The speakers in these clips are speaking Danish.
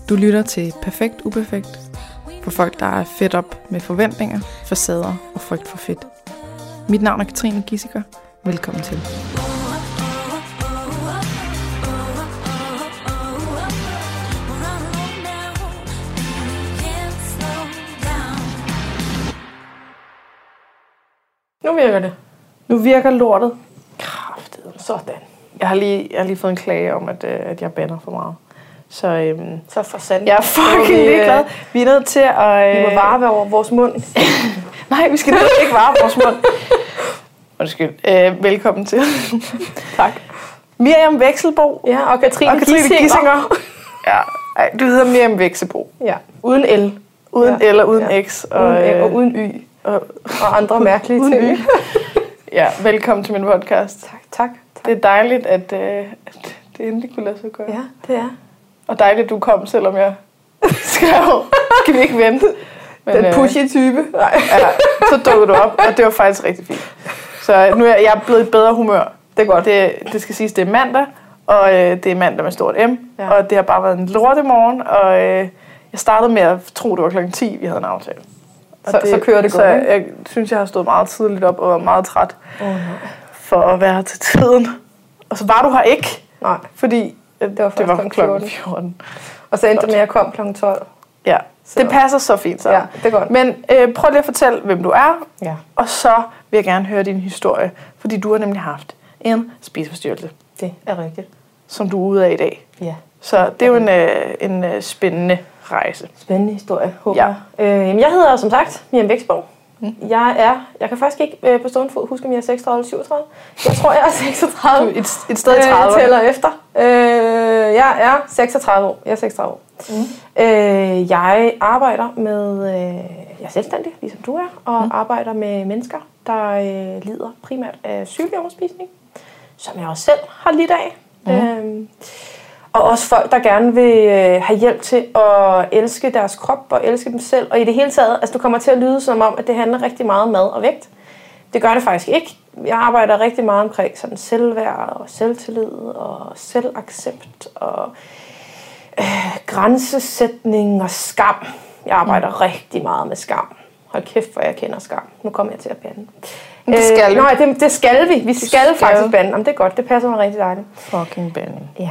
Du lytter til Perfekt Uperfekt for folk, der er fedt op med forventninger, facader og frygt for fedt. Mit navn er Katrine Gissiker. Velkommen til. Nu virker det. Nu virker lortet. Kraftedeme. Sådan. Jeg har lige fået en klage om, at jeg bander for meget. Så for sandt. Jeg er fucking ligeglad. Vi er nødt til at... Vi må vare over vores mund. Nej, vi skal ikke vare vores mund. Undskyld. Velkommen til. Tak. Miriam Vekselbo. Ja, og Katrine Gissinger. Ja, ej, du hedder Miriam Vekselbo. Ja, uden L. Uden L og uden X. Og uden Y. Og andre mærkelige ting. Ja, velkommen til min podcast. Tak. Det er dejligt, at det endelig kunne lade sig gøre. Ja, det er. Og dejligt, at du kom, selvom jeg skrev, skal vi ikke vente? Men, den pushy type. Nej. Ja, så dukkede du op, og det var faktisk rigtig fint. Så nu er jeg blevet i bedre humør. Det er godt. Det skal siges, det er mandag, og det er mandag med stort M. Ja. Og det har bare været en lortemorgen, og jeg startede med at tro, det var klokken 10, vi havde en aftale. Så kører det godt, så jeg synes, jeg har stået meget tidligt op og var meget træt for at være til tiden. Og så var du her ikke. Nej. Fordi det var klokken 14. Og så endte det med, at jeg kom klokken 12. Ja, så. Det passer så fint så. Ja, det er godt. Men prøv lige at fortælle, hvem du er. Ja. Og så vil jeg gerne høre din historie. Fordi du har nemlig haft en spiseforstyrrelse. Det er rigtigt. Som du er ude af i dag. Ja. Så det er jo en spændende rejse. Spændende historie, håber jeg. Jeg hedder som sagt Miriam Vekselbo. Jeg kan faktisk ikke på stående fod huske, om jeg er 36 eller 37. Jeg tror, jeg er 36. Et sted i 30'erne. Jeg tæller efter. Jeg er 36 år. Jeg arbejder med... jeg er selvstændig, ligesom du er, og arbejder med mennesker, der lider primært af sygelig overspisning, som jeg også selv har lidt af. Og også folk, der gerne vil have hjælp til at elske deres krop og elske dem selv. Og i det hele taget, altså du kommer til at lyde som om, at det handler rigtig meget om mad og vægt. Det gør det faktisk ikke. Jeg arbejder rigtig meget omkring sådan selvværd og selvtillid og selvaccept og grænsesætning og skam. Jeg arbejder rigtig meget med skam. Hold kæft, hvor jeg kender skam. Nu kommer jeg til at bande. Det skal vi. Nej, det skal vi. Vi skal faktisk bande. Jamen, det er godt. Det passer mig rigtig dejligt. Fucking bande. Ja.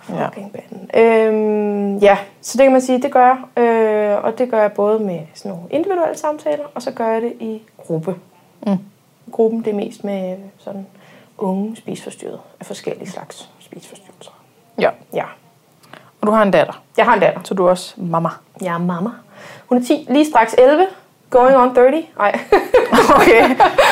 Ja, så det kan man sige, det gør jeg. Og det gør jeg både med sådan nogle individuelle samtaler, og så gør jeg det i gruppe. Gruppen, det er mest med sådan unge spiseforstyrrede af forskellige slags spiseforstyrrelser. Ja. Og du har en datter. Jeg har en datter. Så du er også mamma. Jeg er mamma. Hun er 10, lige straks 11. Going on 30. Nej. Okay.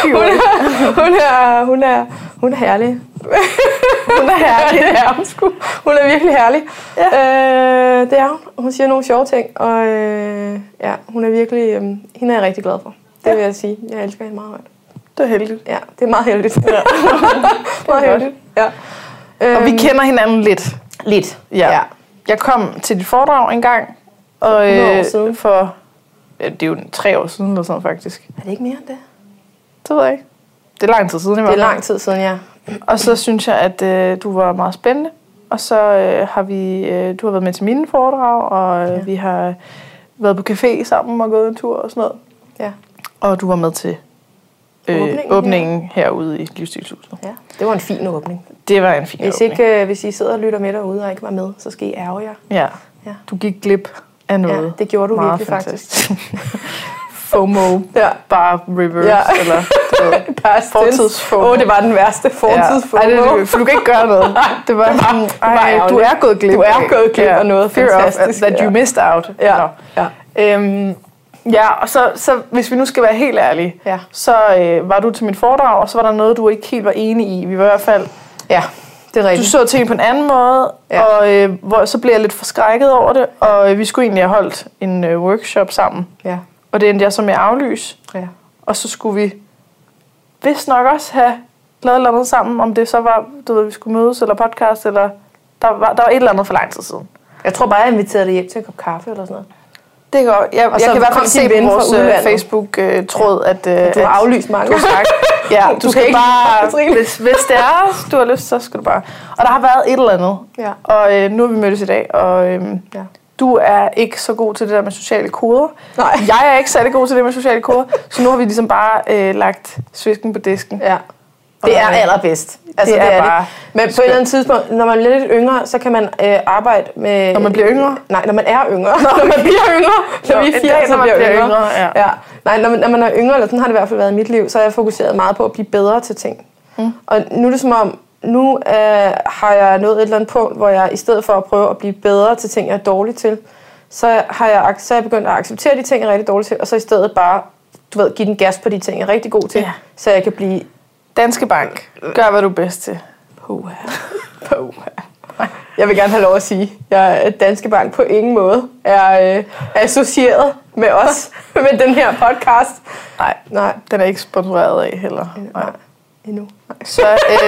Hun er herlig. Hun er herlig. Ja, hun er virkelig herlig. Ja. Det er hun. Hun siger nogle sjove ting, og hun er virkelig... hende er jeg rigtig glad for. Det vil jeg sige. Jeg elsker hende meget højt. Det er heldigt. Ja, det er meget heldigt. Ja. Meget heldigt. Ja. Og vi kender hinanden lidt. Lidt. Ja. Jeg kom til dit foredrag en gang. Og for... det er jo 3 år siden eller sådan faktisk. Er det ikke mere end det? Det ved jeg ikke. Det er lang tid siden i hvert fald. Det er lang tid siden, ja. Og så synes jeg, at du var meget spændende. Og så har du har været med til mine foredrag, og vi har været på café sammen og gået en tur og sådan noget. Ja. Og du var med til åbningen herude i Livsstilshuset. Ja, det var en fin åbning. Det var en fin åbning. Hvis I sidder og lytter med derude og ikke var med, så skal I ærge jer. Ja. Du gik glip af noget. Ja, det gjorde du meget virkelig faktisk. FOMO. Bare reverse, eller fortidsfomo. Det var den værste fortidsfomo. For du kan ikke gøre noget. Det var du er gået glip. Du er gået glip af noget fantastisk. Fear of that you missed out. Og så hvis vi nu skal være helt ærlige, så var du til mit foredrag, og så var der noget, du ikke helt var enig i. Vi var i hvert fald... Ja, det er rigtigt. Du så ting på en anden måde, og så blev jeg lidt forskrækket over det, og vi skulle egentlig have holdt en workshop sammen. Ja. Og det endte jeg så med at aflyse. Ja. Og så skulle vi vist nok også have lavet noget sammen, om det så var, vi skulle mødes, eller podcast, eller der var et eller andet for lang tid siden. Jeg tror bare, jeg inviterede dig hjem til en kop kaffe eller sådan noget. Det går. Jeg kan i hvert fald se på vores Facebook-tråd, at du har aflyst mange. Du har sagt, du skal bare, hvis det er, du har lyst, så skal du bare. Og der har været et eller andet. Ja. Og nu er vi mødtes i dag, og du er ikke så god til det der med sociale koder. Nej. Jeg er ikke særlig god til det med sociale koder, så nu har vi ligesom bare lagt svisken på disken. Ja. Det er allerbedst. Altså, det er bare det. Men på et eller andet tidspunkt, når man er lidt yngre, så kan man arbejde med... Når man bliver yngre? Nej, når man er yngre. Når man bliver yngre. Når vi er 80, så bliver yngre. Ja. Nej, når man er yngre, eller sådan har det i hvert fald været i mit liv, så har jeg fokuseret meget på at blive bedre til ting. Og nu er det som om, nu har jeg nået et eller andet punkt, hvor jeg i stedet for at prøve at blive bedre til ting, jeg er dårlig til, så har jeg begyndt at acceptere de ting, jeg er rigtig dårlig til, og så i stedet bare, give den gas på de ting, jeg er rigtig god til, så jeg kan blive... Danske Bank. Gør, hvad du er bedst til. Puha. Jeg vil gerne have lov at sige, at Danske Bank på ingen måde er associeret med os, med den her podcast. Nej, den er ikke sponsoreret af heller. Nej. Endnu. Så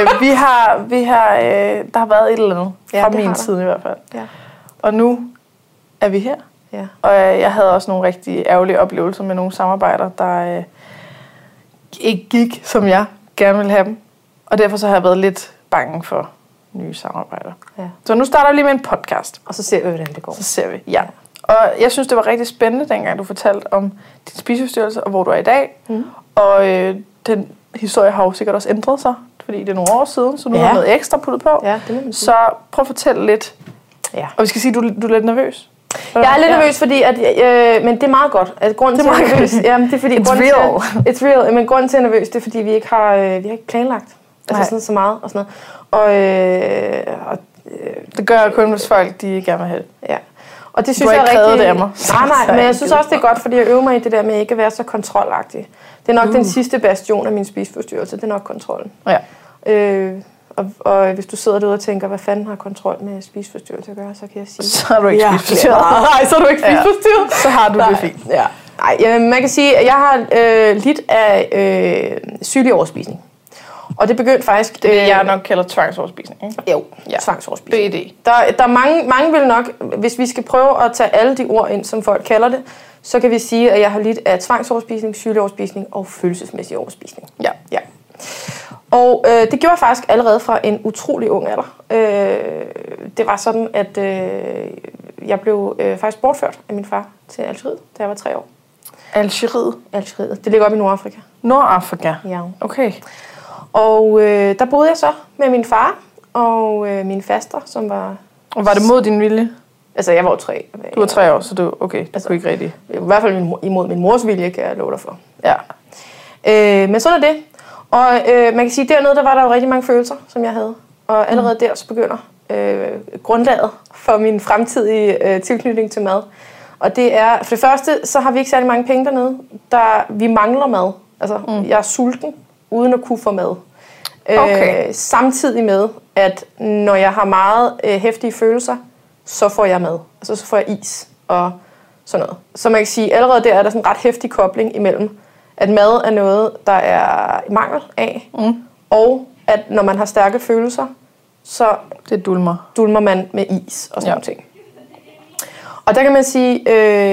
der har været et eller andet, fra min side i hvert fald. Ja. Og nu er vi her. Ja. Og jeg havde også nogle rigtig ærgerlige oplevelser med nogle samarbejder, der ikke gik, som jeg gerne ville have dem. Og derfor så har jeg været lidt bange for nye samarbejder. Ja. Så nu starter vi lige med en podcast. Og så ser vi, hvordan det går. Så ser vi, ja. Og jeg synes, det var rigtig spændende, dengang du fortalte om din spiseforstyrrelse, og hvor du er i dag. Og den historie har jo sikkert også ændret sig, fordi det er nogle år siden, så nu har noget ekstra puttet på. Ja, det så prøv at fortælle lidt. Ja. Og vi skal sige, at du er lidt nervøs. Jeg er lidt nervøs, fordi at, men det er meget godt. At grunden til, at jeg er nervøs, det er fordi it's real. It's real. Men grunden til, at jeg er nervøs, det er fordi vi ikke har ikke planlagt. Altså sådan så meget og sådan noget. Og det gør jeg kun, hvis folk de gerne vil have det. Ja. Og det synes jeg er rigtig... det af mig. Nej, men jeg synes også, det er godt, fordi jeg øver mig i det der med ikke at være så kontrolagtig. Det er nok den sidste bastion af min spiseforstyrrelse. Det er nok kontrollen. Ja. Og hvis du sidder derude og tænker, hvad fanden har kontrol med spiseforstyrrelse at gøre, så kan jeg sige... Så er du ikke spiseforstyrret. Nej, så er du ikke spiseforstyrret. Så har du det fint. Ja. Nej, man kan sige, at jeg har lidt af sygelig overspisning. Og det begyndte faktisk... Det jeg nok kalder tvangsoverspisning, ikke? Jo, tvangsoverspisning. BED. Der er mange vil nok... Hvis vi skal prøve at tage alle de ord ind, som folk kalder det, så kan vi sige, at jeg har lidt af tvangsoverspisning, sygelig overspisning og følelsesmæssig overspisning. Ja. Og det gjorde jeg faktisk allerede fra en utrolig ung alder. Det var sådan, at jeg blev faktisk bortført af min far til Algeriet, da jeg var 3 år. Algeriet? Algeriet. Det ligger oppe i Nordafrika. Nordafrika? Ja. Okay. Og der boede jeg så med min far og min faster, som var... Og var det mod din vilje? Altså, jeg var jo 3. Du var 3 år, så du kunne ikke rigtig... I hvert fald imod min mors vilje, kan jeg love dig for. Ja. Men sådan er det. Og man kan sige, dernede, der var der jo rigtig mange følelser, som jeg havde. Og allerede der, så begynder grundlaget for min fremtidige tilknytning til mad. Og det er, for det første, så har vi ikke særlig mange penge dernede. Vi mangler mad. Altså, jeg er sulten, uden at kunne få mad. Okay. Samtidig med, at når jeg har meget heftige følelser, så får jeg mad. Altså, så får jeg is og sådan noget. Så man kan sige, allerede der er der sådan en ret heftig kobling imellem, at mad er noget, der er mangel af, og at når man har stærke følelser, så det dulmer man med is og sådan nogle ting. Og der kan man sige,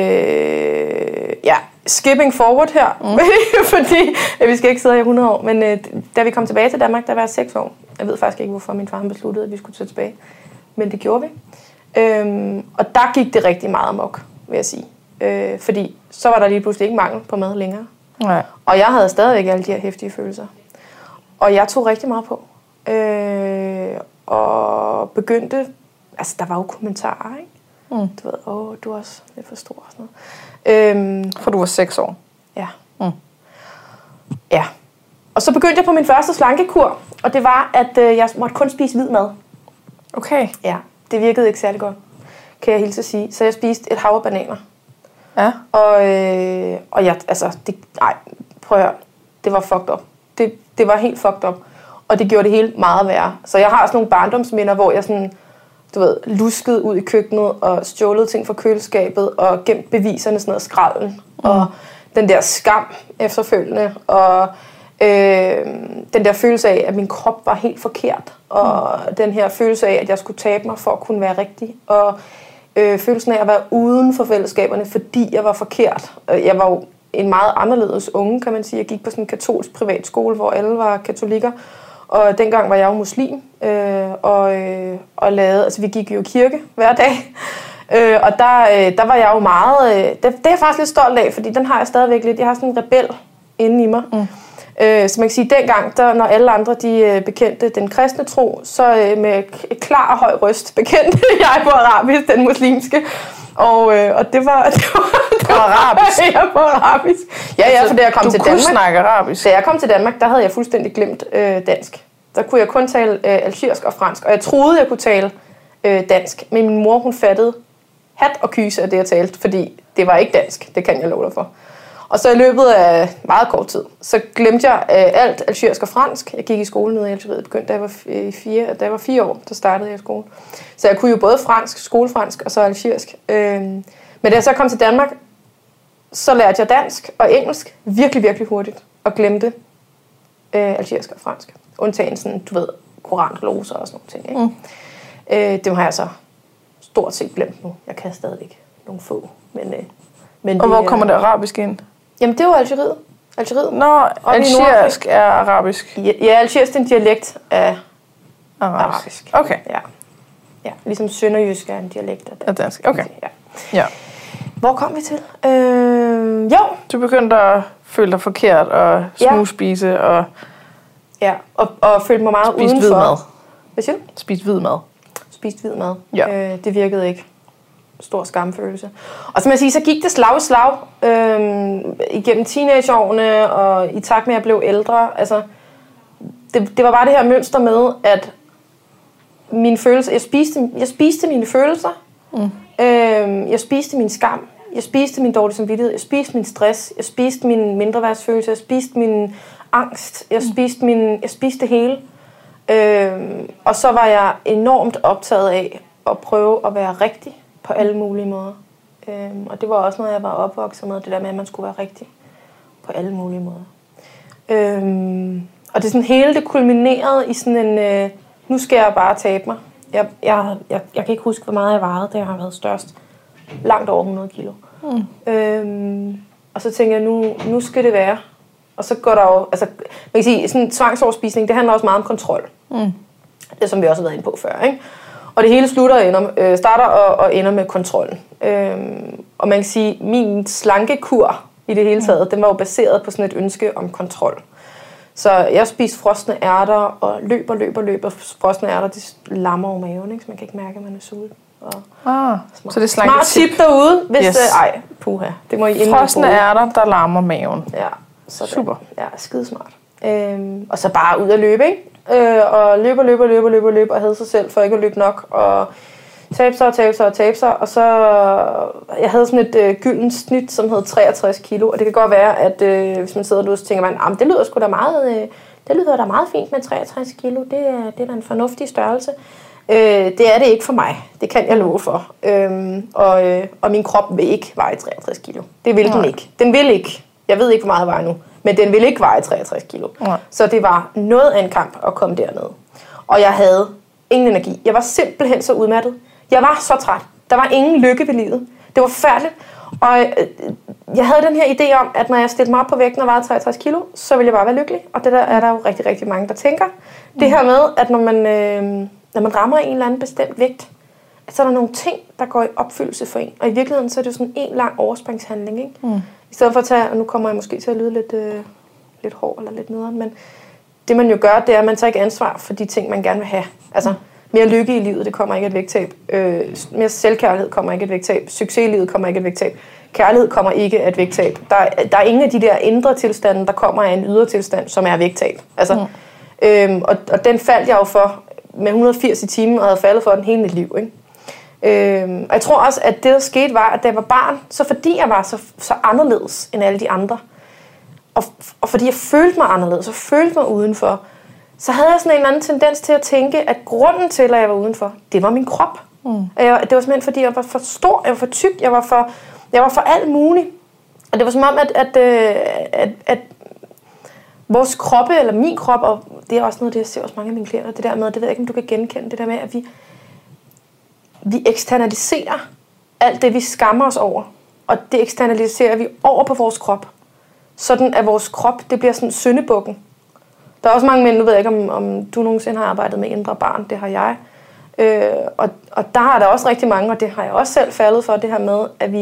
skipping forward her, fordi vi skal ikke sidde her i 100 år, men da vi kom tilbage til Danmark, der var jeg 6 år. Jeg ved faktisk ikke, hvorfor min far besluttede, at vi skulle tage tilbage, men det gjorde vi. Og der gik det rigtig meget amok, vil jeg sige. Fordi så var der lige pludselig ikke mangel på mad længere. Nej. Og jeg havde stadigvæk alle de her heftige følelser. Og jeg tog rigtig meget på. Og begyndte... Altså, der var jo kommentarer, ikke? Du ved, du er også lidt for stor og sådan noget. For du var 6 år? Ja. Ja. Og så begyndte jeg på min første slankekur. Og det var, at jeg måtte kun spise hvid mad. Okay. Ja, det virkede ikke særlig godt, kan jeg hilse at sige. Så jeg spiste et hav af bananer. Ja. Og jeg, altså, prøv at høre, det var fucked up. Det var helt fucked up. Og det gjorde det hele meget værre. Så jeg har sådan nogle barndomsminder, hvor jeg sådan, luskede ud i køkkenet og stjålede ting fra køleskabet og gemt beviserne sådan noget skralden. Og den der skam efterfølgende. Og den der følelse af, at min krop var helt forkert. Og den her følelse af, at jeg skulle tabe mig for at kunne være rigtig. Og følelsen af at være uden for fællesskaberne, fordi jeg var forkert. Jeg var jo en meget anderledes unge, kan man sige. Jeg gik på sådan en katolsk privatskole, hvor alle var katolikker. Og dengang var jeg jo muslim. Og lavede, altså vi gik jo i kirke hver dag. Og der var jeg jo meget... Det er jeg faktisk lidt stolt af, fordi den har jeg stadigvæk lidt. Jeg har sådan en rebel inde i mig. Så man kan sige, dengang, når alle andre de bekendte den kristne tro, så med klar og høj røst bekendte jeg på arabisk, den muslimske. Og det var arabisk. Ja, på arabisk. Ja, for da jeg kom til Danmark... Du kunne snakke arabisk. Da jeg kom til Danmark, der havde jeg fuldstændig glemt dansk. Der kunne jeg kun tale algerisk og fransk, og jeg troede, jeg kunne tale dansk. Men min mor, hun fattede hat og kyse af det, jeg talte, fordi det var ikke dansk. Det kan jeg love dig for. Og så i løbet af meget kort tid, så glemte jeg alt algerisk og fransk. Jeg gik i skole nede i Algeriet, begyndte da jeg var 4 år, så startede jeg i skole. Så jeg kunne jo både fransk, skolefransk og så algerisk. Men da jeg så kom til Danmark, så lærte jeg dansk og engelsk virkelig, virkelig hurtigt. Og glemte algerisk og fransk. Undtagen sådan, du ved, koranglosser og sådan nogle ting. Ikke? Det har jeg så stort set glemt nu. Jeg kan stadigvæk nogle få, men og hvor kommer det arabisk ind? Jamen, det var Algeriet. Nå, algerisk er arabisk. Ja, algerisk er en dialekt af arabisk. Okay. Ja, ligesom sønderjysk er en dialekt af dansk. Okay. Ja. Hvor kom vi til? Jo. Du begyndte at føle dig forkert og smugspise og... Ja, og følte mig meget udenfor. Hvid mad. Hvad siger du? Spist hvid mad. Ja. Det virkede ikke. Stor skamfølelse. Og som jeg siger, så gik det slag i slag igennem teenageårene, og i takt med, at jeg blev ældre. Altså, det var bare det her mønster med, at mine følelser... Jeg spiste mine følelser. Jeg spiste min skam. Jeg spiste min dårlige samvittighed. Jeg spiste min stress. Jeg spiste min mindreværdsfølelse. Jeg spiste min angst. Jeg spiste det hele. Og så var jeg enormt optaget af at prøve at være rigtig på alle mulige måder. Og det var også noget, jeg var opvokset med, det der med, at man skulle være rigtig på alle mulige måder. Og det sådan hele, det kulminerede i sådan en, nu skal jeg bare tabe mig. Jeg kan ikke huske, hvor meget jeg vejede, da jeg har været størst. Langt over 100 kilo. Og så tænker jeg, nu skal det være. Og så går der jo, altså, man kan sige, sådan en tvangsoverspisning, det handler også meget om kontrol. Det som vi også har været inde på før, ikke? Og det hele starter og ender med kontrollen. Og man kan sige, min slankekur i det hele taget, den var jo baseret på sådan et ønske om kontrol. Så jeg spiste frosne ærter og løber. Frosne ærter, det lammer over maven, ikke? Så man kan ikke mærke, at man er sulten. Så det er smart tip derude, hvis puha. Det må I indlede. Frosne ærter, der lammer maven. Ja, sådan. Super. Ja, skidesmart. Og så bare ud at løbe, ikke? Og løber og havde sig selv for ikke at løbe nok. Og tabe sig. Og så jeg havde sådan et gyldent snit, som hed 63 kilo. Og det kan godt være, at hvis man sidder derude, så tænker man, det lyder sgu da meget, det lyder da meget fint med 63 kilo. Det er da en fornuftig størrelse. Det er det ikke for mig. Det kan jeg love for. Og min krop vil ikke veje 63 kilo. Det vil den ikke. Den vil ikke. Jeg ved ikke, hvor meget jeg vejer nu. Men den ville ikke veje 63 kilo. Så det var noget af en kamp at komme derned. Og jeg havde ingen energi. Jeg var simpelthen så udmattet. Jeg var så træt. Der var ingen lykke ved livet. Det var færdigt. Og jeg havde den her idé om, at når jeg stillede mig op på vægten og vejede 63 kilo, så ville jeg bare være lykkelig. Og det der er der jo rigtig, rigtig mange, der tænker. Det her med, at når man rammer en eller anden bestemt vægt, at så er der nogle ting, der går i opfyldelse for en. Og i virkeligheden, så er det jo sådan en lang overspringshandling, ikke? I stedet for at tage, og nu kommer jeg måske til at lyde lidt hård eller lidt nederen, men det man jo gør, det er, at man tager ikke ansvar for de ting, man gerne vil have. Altså, mere lykke i livet, det kommer ikke et vægttab. Mere selvkærlighed kommer ikke et vægttab. Succes i livet kommer ikke et vægttab. Kærlighed kommer ikke et vægttab. Der er ingen af de der indre tilstande, der kommer af en ydre tilstand, som er vægttab. Altså, og den faldt jeg jo for med 180 i timen, og havde faldet for den hele mit liv, ikke? Og jeg tror også, at det der skete var, at da jeg var barn, så fordi jeg var så anderledes end alle de andre, og fordi jeg følte mig anderledes, og følte mig udenfor, så havde jeg sådan en eller anden tendens til at tænke, at grunden til, at jeg var udenfor, det var min krop. Det var simpelthen fordi, jeg var for stor, jeg var for tyk, jeg var for alt muligt. Og det var som om, at vores kroppe, eller min krop, og det er også noget, det jeg ser hos mange af mine klienter, det der med, det ved jeg ikke, om du kan genkende, det der med, at vi eksternaliserer alt det, vi skammer os over. Og det eksternaliserer vi over på vores krop. Sådan at vores krop, det bliver sådan syndebukken. Der er også mange mænd, nu ved jeg ikke, om du nogensinde har arbejdet med indre barn, det har jeg. Og der er der også rigtig mange, og det har jeg også selv faldet for, det her med, at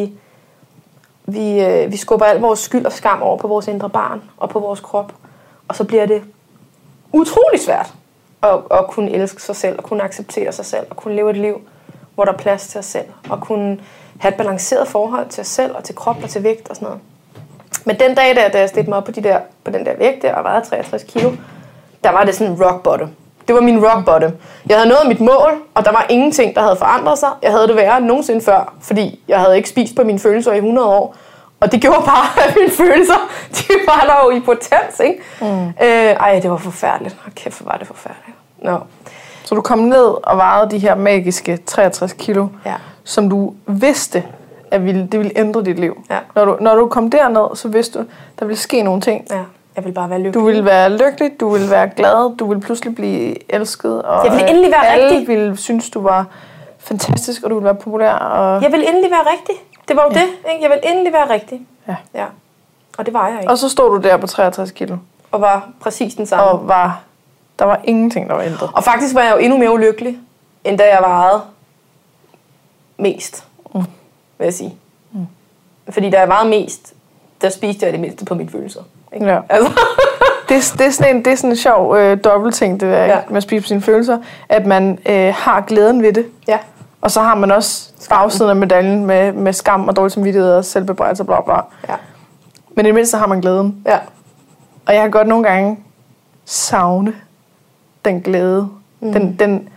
vi skubber al vores skyld og skam over på vores indre barn og på vores krop. Og så bliver det utrolig svært at kunne elske sig selv, og kunne acceptere sig selv, og kunne leve et liv, hvor der er plads til os selv, og kunne have et balanceret forhold til os selv, og til krop og til vægt og sådan noget. Men den dag, da jeg stillede mig op på den der vægt der, og vejede 63 kilo, der var det sådan rock bottom. Det var min rock bottom. Jeg havde nået mit mål, og der var ingenting, der havde forandret sig. Jeg havde det værre end nogensinde før, fordi jeg havde ikke spist på mine følelser i 100 år. Og det gjorde bare, at mine følelser, de var der jo i potens, ikke? Det var forfærdeligt. Kæft, hvor var det forfærdeligt. No. Så du kom ned og vejede de her magiske 63 kilo, som du vidste, at det ville ændre dit liv. Ja. Når du kom derned, så vidste du, der ville ske nogle ting. Ja. Jeg ville bare være lykkelig. Du ville være lykkelig, du ville være glad, du ville pludselig blive elsket. Og jeg ville endelig være alle rigtig. ville synes, du var fantastisk, og du ville være populær. Og jeg ville endelig være rigtig. Det var jo det, ikke? Jeg ville endelig være rigtig. Ja. Og det var jeg ikke. Og så stod du der på 63 kilo. Og var præcis den samme. Og der var ingenting, der var ændret. Og faktisk var jeg jo endnu mere ulykkelig, end da jeg vejede mest, vil jeg sige. Fordi da jeg vejede mest, der spiste jeg det mindste på mine følelser. Ikke? Ja. Altså. det er sådan en sjov dobbeltting, det der, med at spise på sine følelser, at man har glæden ved det. Ja. Og så har man også bagsiden af medaljen med skam og dårlig samvittighed og selvbebrejdelse og bla bla. Ja. Men i det mindste har man glæden. Ja. Og jeg har godt nogle gange savne den glæde. Den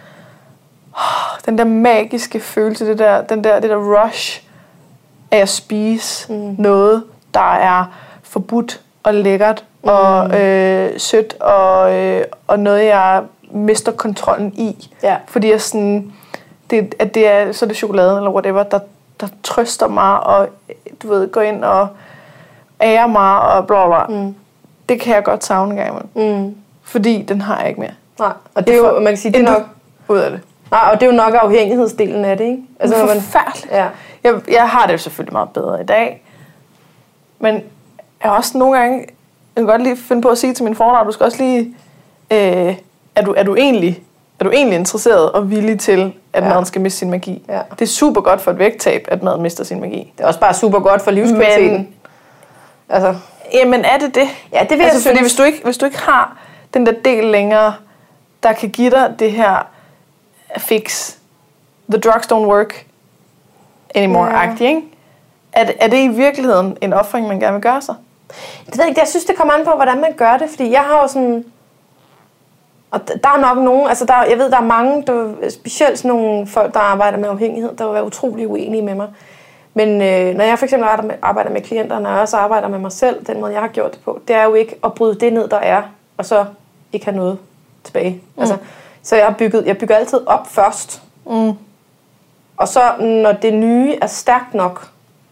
der magiske følelse, det der rush af at spise noget, der er forbudt og lækkert og sødt og noget, jeg mister kontrollen i. Ja. Fordi jeg sådan... så er det chokoladen eller whatever, der trøster mig og du ved, går ind og ærer mig og bla bla. Det kan jeg godt savne en gang imellem. Fordi den har jeg ikke mere. Nej, og det er jo, man kan sige, det er nok ud af det. Nej, og det er jo nok afhængighedsdelen af det, ikke? Altså, det er forfærdeligt. Ja. Jeg har det jo selvfølgelig meget bedre i dag. Men jeg har også nogle gange, jeg kan godt lige finde på at sige til min fordrag, du skal også lige, er du egentlig interesseret og villig til, at maden skal miste sin magi? Ja. Det er super godt for et vægttab, at maden mister sin magi. Det er også bare super godt for livskvaliteten. Altså, jamen er det? Ja, det vil jeg synes. Fordi hvis du ikke har den der del længere, der kan give dig det her fix, the drugs don't work anymore-agtigt, ikke? Er det i virkeligheden en offring, man gerne vil gøre sig? Det ved jeg ikke. Jeg synes, det kommer an på, hvordan man gør det. Fordi jeg har jo sådan... Og der er nok nogen... Altså, jeg ved, der er mange, specielt sådan nogle folk, der arbejder med afhængighed, der vil være utrolig uenige med mig. Men når jeg for eksempel arbejder med klienter, når jeg også arbejder med mig selv, den måde, jeg har gjort det på, det er jo ikke at bryde det ned, der er, og så ikke have noget tilbage. Altså, så jeg bygger altid op først. Og så, når det nye er stærkt nok,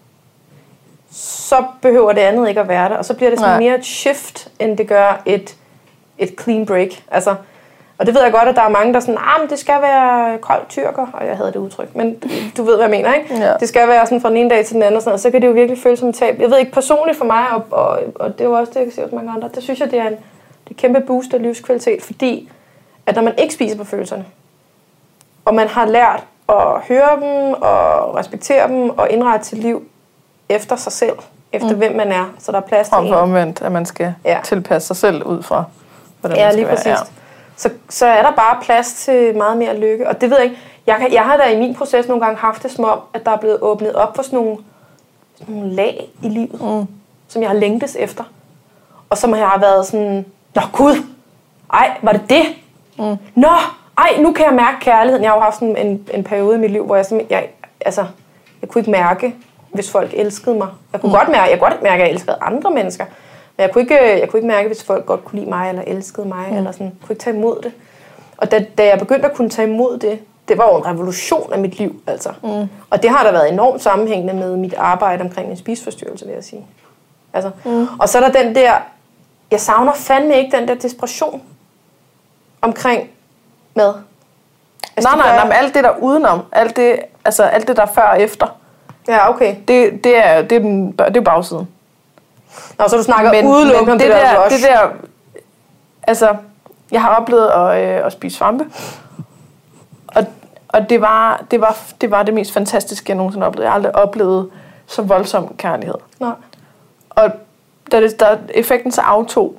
så behøver det andet ikke at være der. Og så bliver det sådan mere et shift, end det gør et clean break. Altså, og det ved jeg godt, at der er mange, der er sådan, men det skal være kold tyrker, og jeg havde det udtryk, men du ved, hvad jeg mener, ikke? Ja. Det skal være sådan fra den ene dag til den anden, og sådan, og så kan det jo virkelig føles som et tab. Jeg ved ikke, personligt for mig, og det er jo også det, jeg kan se hos mange andre, det synes jeg, det er et kæmpe boost af livskvalitet, fordi at når man ikke spiser på følelserne, og man har lært at høre dem, og respektere dem, og indrette sit liv efter sig selv, efter hvem man er, så der er plads til en. Og for omvendt, at man skal tilpasse sig selv ud fra, hvordan man skal lige præcis. Så er der bare plads til meget mere lykke. Og det ved jeg ikke. Jeg har da i min proces nogle gange haft det som om, at der er blevet åbnet op for sådan nogle lag i livet, som jeg har længtes efter. Og som jeg har været sådan, nå gud, ej, var det det? Nå, ej, nu kan jeg mærke kærligheden. Jeg har jo haft sådan en periode i mit liv, hvor jeg kunne ikke mærke, hvis folk elskede mig. Jeg kunne godt mærke, at jeg elskede andre mennesker. Men jeg kunne ikke mærke, hvis folk godt kunne lide mig, eller elskede mig, eller sådan. Jeg kunne ikke tage imod det. Og da jeg begyndte at kunne tage imod det, det var jo en revolution af mit liv, altså. Og det har da været enormt sammenhængende med mit arbejde omkring en spiseforstyrrelse, vil jeg sige. Altså. Og så er der den der, jeg savner fandme ikke den der desperation omkring mad. Altså, nej, men alt det der udenom, alt det der før og efter. Ja, okay. Det er bagsiden. Nå, så du snakker udelukkende om det der rush. Det der, altså, jeg har oplevet at spise svampe, Og det var det mest fantastiske, jeg nogensinde oplevede. Jeg har aldrig oplevet så voldsom kærlighed. Nej. Og da effekten så aftog,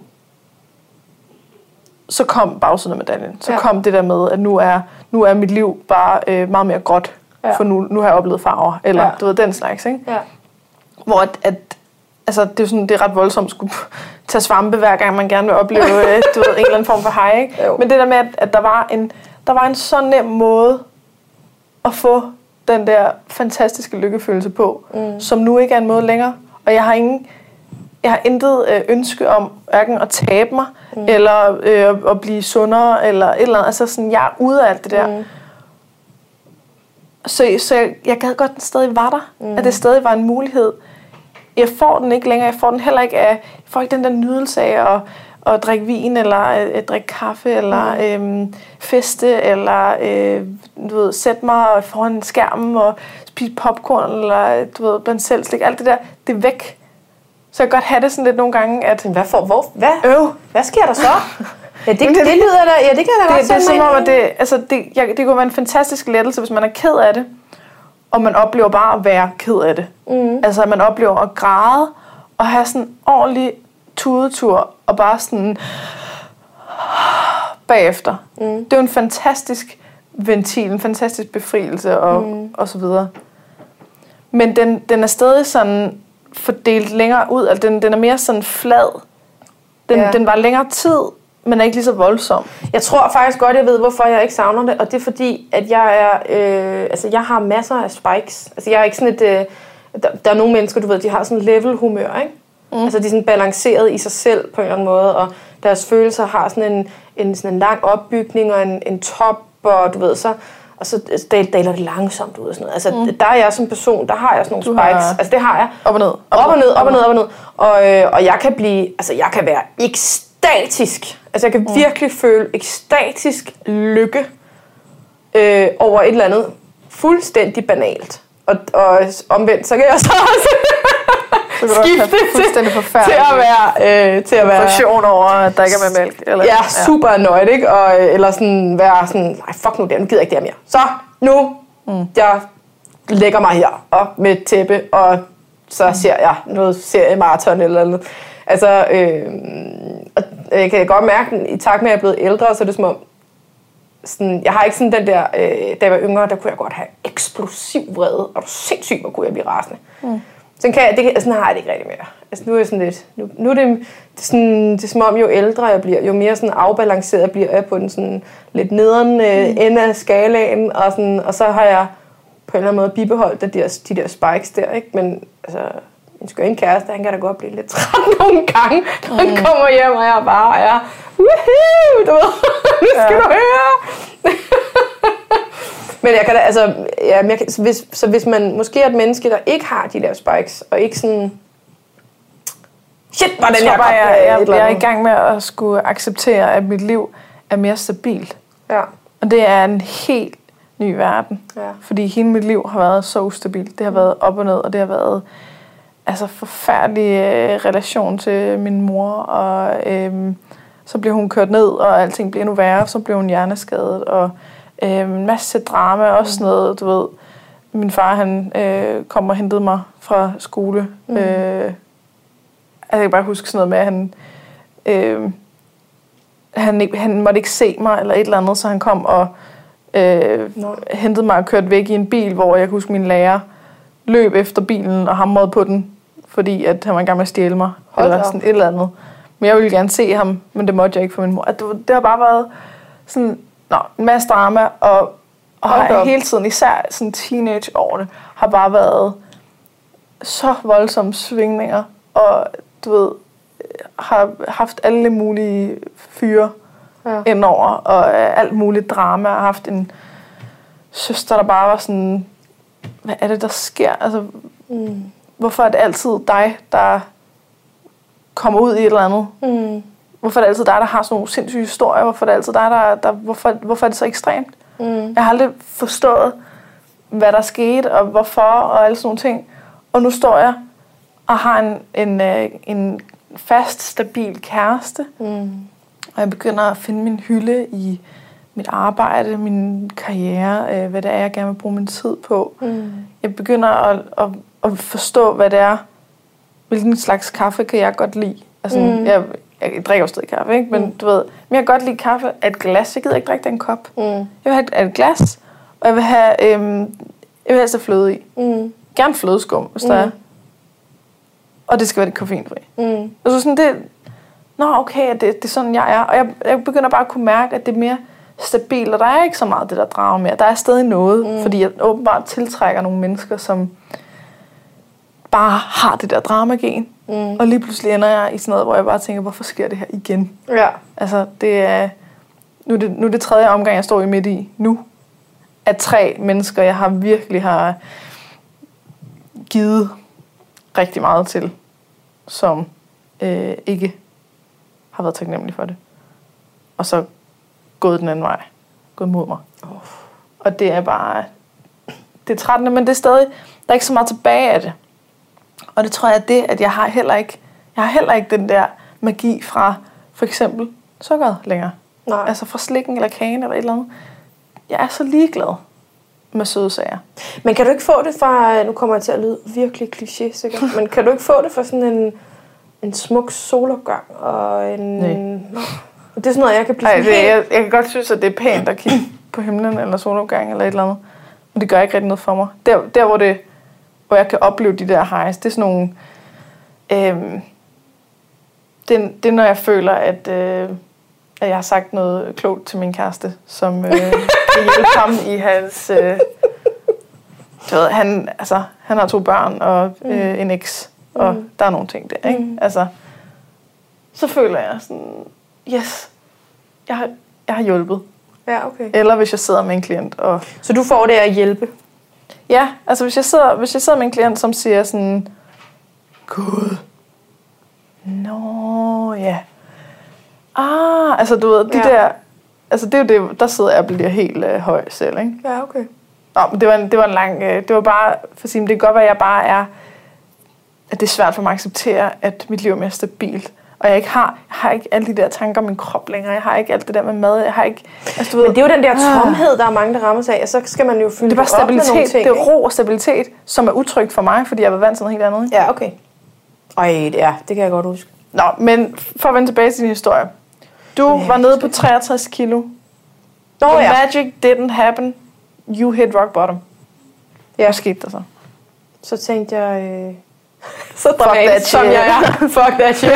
så kom bagsiden af medaljen. Så kom det der med, at nu er mit liv bare meget mere gråt. Ja. For nu har jeg oplevet farver. Eller du ved, den slags, ikke? Ja. Hvor altså, det er sådan, det er ret voldsomt at skulle tage svampe, hver gang man gerne vil opleve du ved, en eller anden form for high, ikke? Men det der med, at der var en så nem måde at få den der fantastiske lykkefølelse på, som nu ikke er en måde længere. Og jeg har intet ønske om hverken at tabe mig, eller at blive sundere, eller et eller andet. Altså sådan, jeg er ude af alt det der. Så jeg gad godt, den stadig var der. At det stadig var en mulighed. Jeg får den ikke længere. Jeg får den heller ikke af... Jeg får ikke den der nydelse af at drikke vin, eller drikke kaffe, eller feste, eller du ved, sætte mig foran skærmen og spise popcorn, eller du ved, blandt selv slik. Alt det der, det er væk. Så jeg kan godt have det sådan lidt nogle gange, at... Hvad sker der så? Ja, det lyder da... Ja, det kan da godt det er som om, at det kunne være en fantastisk lettelse, hvis man er ked af det, og man oplever bare at være ked af det. Altså, at man oplever at græde, og have sådan en ordentlig tudetur, og bare sådan... bagefter. Det er jo en fantastisk ventil, en fantastisk befrielse, og så videre. Men den er stadig sådan fordelt længere ud, altså den er mere sådan flad. Den var længere tid, men er ikke lige så voldsom. Jeg tror faktisk godt, jeg ved, hvorfor jeg ikke savner det, og det er fordi, at jeg jeg har masser af spikes. Altså jeg er ikke sådan et... der er nogle mennesker, du ved, de har sådan level-humør, ikke? Altså de er sådan balanceret i sig selv på en eller anden måde, og deres følelser har sådan en lang opbygning og en top, og du ved så... Og så daler det langsomt ud og sådan noget. Altså, der er jeg som person, der har jeg sådan nogle spikes. Altså, det har jeg. Op og ned. Op og ned. Og jeg kan blive... Altså, jeg kan være ekstatisk. Altså, jeg kan virkelig føle ekstatisk lykke over et eller andet fuldstændig banalt. Og omvendt, så kan jeg så også skifte til at være frustration over, at der ikke er med mælk. Eller, super annoyed, ikke? Eller sådan være sådan, nej, fuck nu det, nu gider jeg ikke det her mere. Så nu, jeg lægger mig her op med et tæppe, og så ser jeg noget seriemaraton eller noget. Altså, jeg kan godt mærke, i takt med at jeg er blevet ældre, så er det som om, sådan, jeg har ikke sådan den der, da jeg var yngre, der kunne jeg godt have eksplosiv vrede, og sindssygt, hvor kunne jeg blive rasende. Sådan har jeg det ikke rigtig mere. Altså nu er jeg sådan lidt, nu er det er som om, jo ældre jeg bliver, jo mere sådan afbalanceret bliver jeg på den sådan lidt nederen ende af skalaen, og så har jeg på en eller anden måde bibeholdt de der spikes der, ikke? Men altså, min skønne kæreste, han kan da godt blive lidt træt nogle gange, når han kommer hjem, og jeg bare er, woohoo, du ved, nu skal du høre. Men jeg kan da, altså, hvis man måske er et menneske, der ikke har de der spikes, og ikke sådan, shit, hvordan jeg er i gang med at skulle acceptere, at mit liv er mere stabilt. Ja. Og det er en helt ny verden. Ja. Fordi hele mit liv har været så ustabilt. Det har været op og ned, og det har været altså forfærdelig relation til min mor, og så blev hun kørt ned, og alting blev endnu værre, så blev hun hjerneskadet, og en masse drama, også sådan noget, du ved. Min far, han kom og hentede mig fra skole. Jeg kan bare huske sådan noget med, at han måtte ikke se mig, eller et eller andet, så han kom og hentede mig og kørte væk i en bil, hvor jeg kunne huske, min lærer løb efter bilen og hamrede på den, fordi at han var i gang med at stjæle mig, eller sådan et eller andet. Men jeg ville gerne se ham, men det måtte jeg ikke for min mor. Det har bare været sådan... en masse drama, og har hele tiden, især sådan teenageårene, har bare været så voldsomme svingninger, og du ved, har haft alle mulige fyre indover, og alt muligt drama, og har haft en søster, der bare var sådan, hvad er det, der sker? Altså, hvorfor er det altid dig, der kommer ud i et eller andet? Hvorfor er det altid dig, der har sådan nogle sindssyge historier? Hvorfor er det altid dig, hvorfor er det så ekstremt? Jeg har aldrig forstået, hvad der skete, og hvorfor, og alle sådan nogle ting. Og nu står jeg og har en fast, stabil kæreste. Og jeg begynder at finde min hylde i mit arbejde, min karriere, hvad det er, jeg gerne vil bruge min tid på. Jeg begynder at forstå, hvad det er, hvilken slags kaffe kan jeg godt lide. Altså, jeg drikker jo stadig kaffe, ikke? Men du ved, men jeg kan godt lide kaffe af et glas. Jeg gider ikke drikke det af en kop. Jeg vil have et glas, og jeg vil have helst have fløde i. Gerne flødeskum, hvis der er. Og det skal være det koffeinfri. Altså sådan det... okay, det er sådan, jeg er. Og jeg begynder bare at kunne mærke, at det er mere stabilt, og der er ikke så meget det der drama mere. Der er stadig noget, fordi jeg åbenbart tiltrækker nogle mennesker, som bare har det der dramagen. Og lige pludselig ender jeg i sådan noget, hvor jeg bare tænker, hvorfor sker det her igen? Ja. Altså, det er... Nu er det tredje omgang, jeg står i midt i nu. Af 3 mennesker, jeg virkelig har givet rigtig meget til, som ikke har været taknemmelig for det. Og så gået den anden vej. Gået mod mig. Og det er bare... Det er trættende, men det er stadig... Der er ikke så meget tilbage af det. Og det tror jeg er det, at jeg har heller ikke den der magi fra for eksempel sukkeret længere. Nej. Altså fra slikken eller kagen eller et eller andet. Jeg er så ligeglad med søde sager. Men kan du ikke få det fra... Nu kommer jeg til at lyde virkelig kliché sikkert. Men kan du ikke få det fra sådan en smuk solopgang og en... Nej. Det er sådan noget, jeg kan blive jeg kan godt synes, at det er pænt at kigge på himlen eller solopgang eller et eller andet. Men det gør ikke rigtig noget for mig. Der hvor jeg kan opleve de der highs, det er sådan nogle... Det er når jeg føler, at jeg har sagt noget klogt til min kæreste, som vil hjælpe ham i hans... du ved, han har 2 børn og en eks, og der er nogle ting der, ikke? Altså, så føler jeg sådan, yes, jeg har hjulpet. Ja, okay. Eller hvis jeg sidder med en klient og... Så du får det at hjælpe? Ja, altså hvis jeg sidder med en klient, som siger sådan, Gud, ja. Altså du ved, der, altså det er jo det, der sidder jeg og bliver helt høj selv, ikke? Ja, okay. Men det var en lang, det var bare, for at sige, det kan godt være, at jeg bare er, at det er svært for mig at acceptere, at mit liv er mere stabilt. Og jeg har ikke alle de der tanker om min krop længere. Jeg har ikke alt det der med mad. Jeg har ikke... Altså, men det er jo den der tomhed, der er mange, der rammer sig af. Og så skal man jo fylde det er bare stabilitet. Op med nogle ting, det er ro og stabilitet, som er utrygt for mig, fordi jeg var vant til noget helt andet. Ikke? Ja, okay. Det kan jeg godt huske. Nå, men for at vende tilbage til din historie. Du var nede på 63 kilo. Magic didn't happen. You hit rock bottom. Ja. Hvad skete der så? Så tænkte jeg... Så dramatisk, som jeg er. Fuck that shit.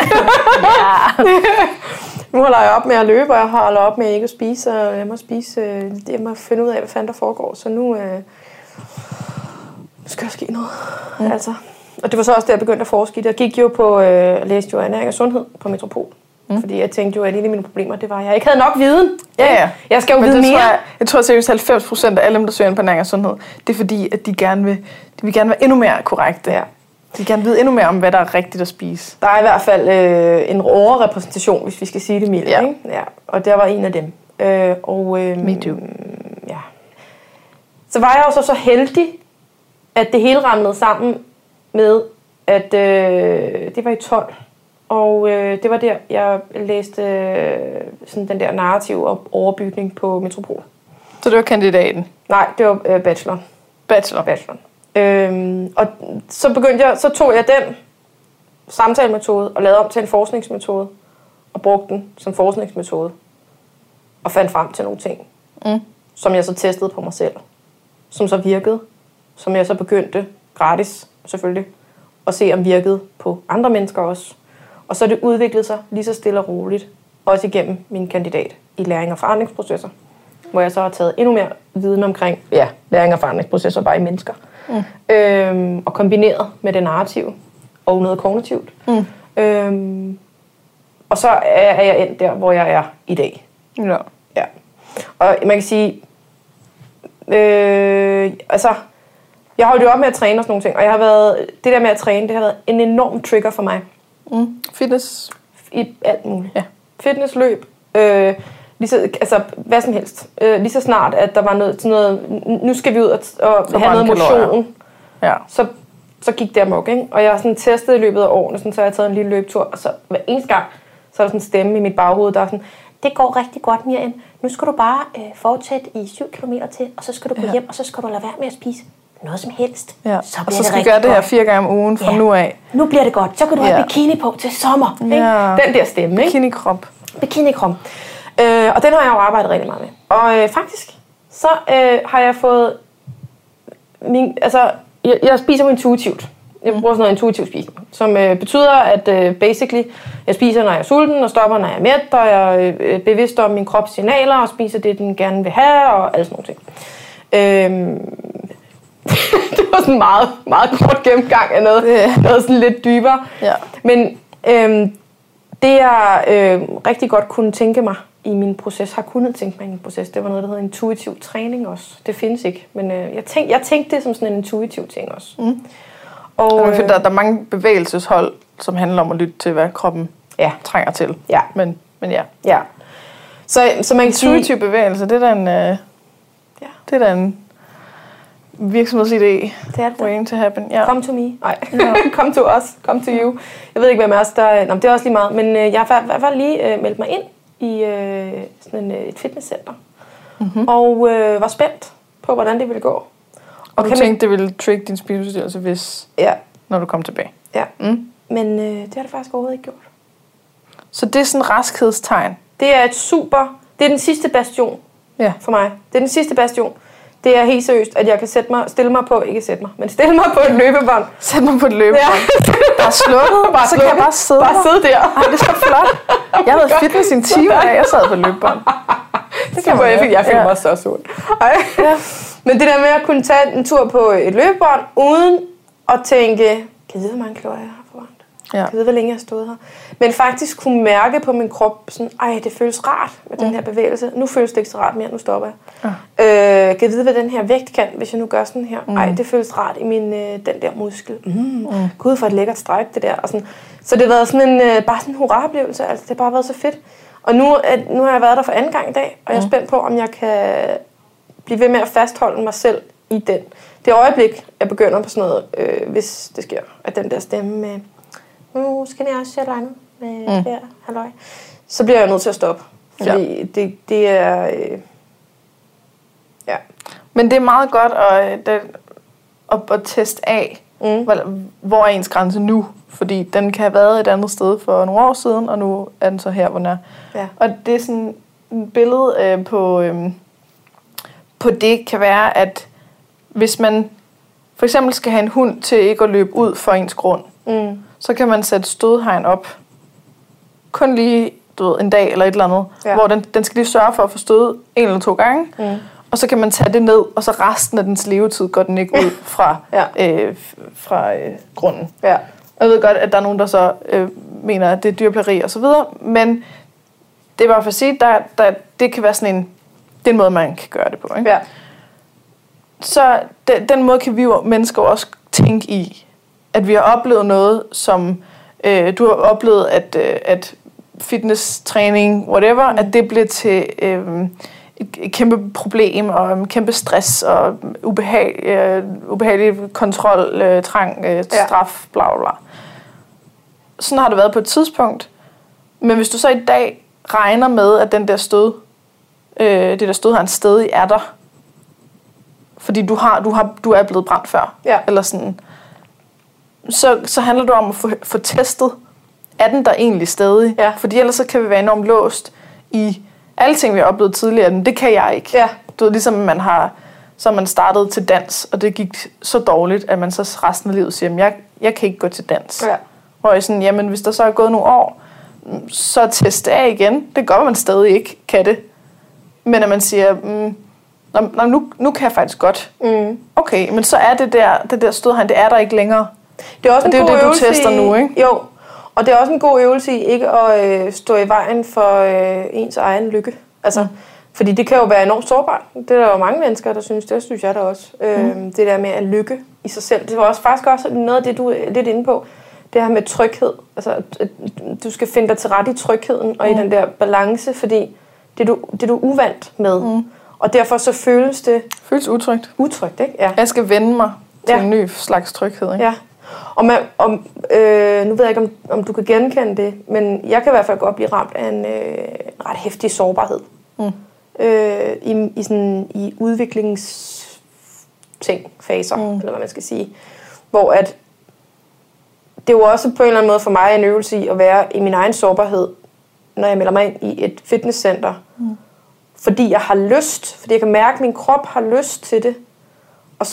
Nu holder jeg op med at løbe, og jeg holder op med ikke at spise, og jeg må finde ud af, hvad fanden der foregår. Så nu skal der ske noget. Altså. Og det var så også der, jeg begyndte at forske i det. Jeg gik jo på, læste jo ernæring og sundhed på Metropol. Fordi jeg tænkte jo, at en af mine problemer, det var, at jeg ikke havde nok viden. Ja. Jeg skal jo vide mere. Jeg tror seriøst, 90% af alle dem, der søger ind på ernæring og sundhed, det er fordi, at de vil gerne være endnu mere korrekte. Ja. De vil gerne vide endnu mere om, hvad der er rigtigt at spise. Der er i hvert fald en overrepræsentation, hvis vi skal sige det mildt. Ikke? Ja. Og der var en af dem. Me too. Ja. Så var jeg jo så heldig, at det hele ramlede sammen med, at det var i 12. Og det var der, jeg læste sådan den der narrativ og overbygning på Metropol. Så det var kandidaten? Nej, det var bachelor. Bachelor. Og så tog jeg den samtalemetode og lavede om til en forskningsmetode og brugte den som forskningsmetode og fandt frem til nogle ting, som jeg så testede på mig selv, som så virkede, som jeg så begyndte gratis selvfølgelig at se om virkede på andre mennesker også. Og så det udviklede sig lige så stille og roligt, også igennem min kandidat i læring og forandringsprocesser, hvor jeg så har taget endnu mere viden omkring læring og forandringsprocesser bare i mennesker. Og kombineret med det narrative og noget kognitivt. Og så er jeg endt der, hvor jeg er i dag. Ja. Og man kan sige, jeg holdt jo op med at træne og sådan nogle ting, og det der med at træne, det har været en enorm trigger for mig. Fitness? I alt muligt. Ja. Fitness, løb, hvad som helst. Lige så snart, at der var noget, nu skal vi ud og have noget motion, så gik det amok, ikke? Og jeg har sådan testet i løbet af årene, så har jeg taget en lille løbetur, og så hver eneste gang, så er der sådan en stemme i mit baghoved, der er sådan, det går rigtig godt, Miriam. Nu skal du bare fortsætte i 7 kilometer til, og så skal du gå hjem, og så skal du lade være med at spise noget som helst. Ja. Så og så skal du gøre det her 4 gange om ugen fra nu af. Nu bliver det godt. Så kan du have bikini på til sommer. Ja. Ikke? Den der stemme. Bikini-krop. Bikini-krop. Og den har jeg jo arbejdet rigtig meget med. Og faktisk, så har jeg fået... Jeg spiser intuitivt. Jeg bruger sådan noget intuitiv spisning, som betyder, at basically, jeg spiser, når jeg er sulten, og stopper, når jeg er mæt, og jeg er bevidst om min krops signaler, og spiser det, den gerne vil have, og alle sådan nogle ting. Det var sådan en meget, meget kort gennemgang af noget sådan lidt dybere. Ja. Men det jeg rigtig godt kunne tænke mig i min proces, har kunnet tænke mig i min proces, det var noget, der hedder intuitiv træning også. Det findes ikke, men jeg tænkte det som sådan en intuitiv ting også. Og der er mange bevægelseshold, som handler om at lytte til, hvad kroppen trænger til. Ja. Men ja. Så man kan intuitiv bevægelse, det er da en virksomhedsidé. Det er det. Waiting to happen. Ja. Come to me. Nej, come to us. Come to you. Jeg ved ikke, hvem af os der... Nå, det er også lige meget. Men jeg har i hvert fald lige meldt mig ind i sådan et fitnesscenter. Mm-hmm. Og var spændt på, hvordan det ville gå. Og du tænkte, det ville trigge din spiseforstyrrelse, hvis... når du kom tilbage. Ja. Men det har det faktisk overhovedet ikke gjort. Så det er sådan et raskhedstegn? Det er det er den sidste bastion for mig. Det er den sidste bastion. Det er helt seriøst, at jeg kan stille mig på et løbebånd. Sæt mig på et løbebånd. Bare slukket, så kan jeg bare sidde der. Ej, det er så flot. Jeg har været fitness i en time, og jeg sad på et løbebånd. Det kan jeg føler mig også så surt. Men det der med at kunne tage en tur på et løbebånd, uden at tænke, kan jeg vide, hvor mange kalorier jeg har forbrændt? Kan jeg vide, hvor længe jeg har stået her? Men faktisk kunne mærke på min krop, sådan, det føles rart med den her bevægelse. Nu føles det ikke så rart mere, nu stopper jeg. Kan jeg vide, hvad den her vægt kan, hvis jeg nu gør sådan her? Det føles rart i min, den der muskel. Gud, for et lækkert stræk, det der. Og sådan. Så det har været sådan bare sådan en hurra-oplevelse. Altså, det har bare været så fedt. Og nu har jeg været der for anden gang i dag, og jeg er spændt på, om jeg kan blive ved med at fastholde mig selv i det øjeblik, jeg begynder på sådan noget, hvis det sker, at den der stemme med, nu skal jeg også se dig med her, halløj, så bliver jeg nødt til at stoppe. Fordi det er... Men det er meget godt at teste af, hvor er ens grænse nu? Fordi den kan have været et andet sted for nogle år siden, og nu er den så her, hvor den er. Ja. Og det er sådan et billede på det kan være, at hvis man for eksempel skal have en hund til ikke at løbe ud for ens grund, så kan man sætte stødhegn op. Kun lige en dag eller et eller andet, hvor den skal lige sørge for at få stød 1 eller 2 gange. Og så kan man tage det ned, og så resten af dens levetid går den ikke ud fra grunden. Ja. Jeg ved godt, at der er nogen, der så mener, at det er dyrplageri og så videre, men det er bare for at sige, det kan være sådan en måde, man kan gøre det på. Ikke? Ja. Så den måde kan vi jo mennesker også tænke i, at vi har oplevet noget, som du har oplevet, at fitness-træning, whatever, at det bliver til et kæmpe problem og en kæmpe stress og ubehagelig kontrol, trang, straf, bla bla. Sådan har det været på et tidspunkt. Men hvis du så i dag regner med, at den der det der stød har en stedig er der, fordi du er blevet brændt før, eller sådan, så handler det om at få testet, er den der egentlig stedig? Ja. Fordi ellers så kan vi være enormt låst i alle ting, vi har oplevet tidligere, men det kan jeg ikke. Ja. Du ved, ligesom man startede til dans, og det gik så dårligt, at man så resten af livet siger, jeg kan ikke gå til dans. Ja. Hvor jeg sådan, jamen hvis der så er gået nogle år, så teste af igen. Det gør man stadig ikke kan det. Men at man siger, nu kan jeg faktisk godt. Okay, men så er det der stødhegn, det er der ikke længere. Det er også det, du tester nu, ikke? Jo, og det er også en god øvelse i ikke at stå i vejen for ens egen lykke. Altså, fordi det kan jo være enormt sårbart. Det er der jo mange mennesker, der synes. Det synes jeg da også. Det der med at lykke i sig selv. Det var faktisk også noget af det, du er lidt inde på. Det her med tryghed. Altså, du skal finde dig til ret i trygheden og i den der balance, fordi det er du uvant med. Og derfor så føles det... Føles utrygt. Utrygt, ikke? Ja. Jeg skal vende mig til en ny slags tryghed, ikke? Ja. Nu ved jeg ikke, om du kan genkende det, men jeg kan i hvert fald godt blive ramt af en ret heftig sårbarhed. I udviklingsfaser, eller hvad man skal sige. Hvor at det er jo også på en eller anden måde for mig en øvelse i at være i min egen sårbarhed, når jeg melder mig ind i et fitnesscenter. Fordi jeg har lyst, fordi jeg kan mærke, at min krop har lyst til det. Og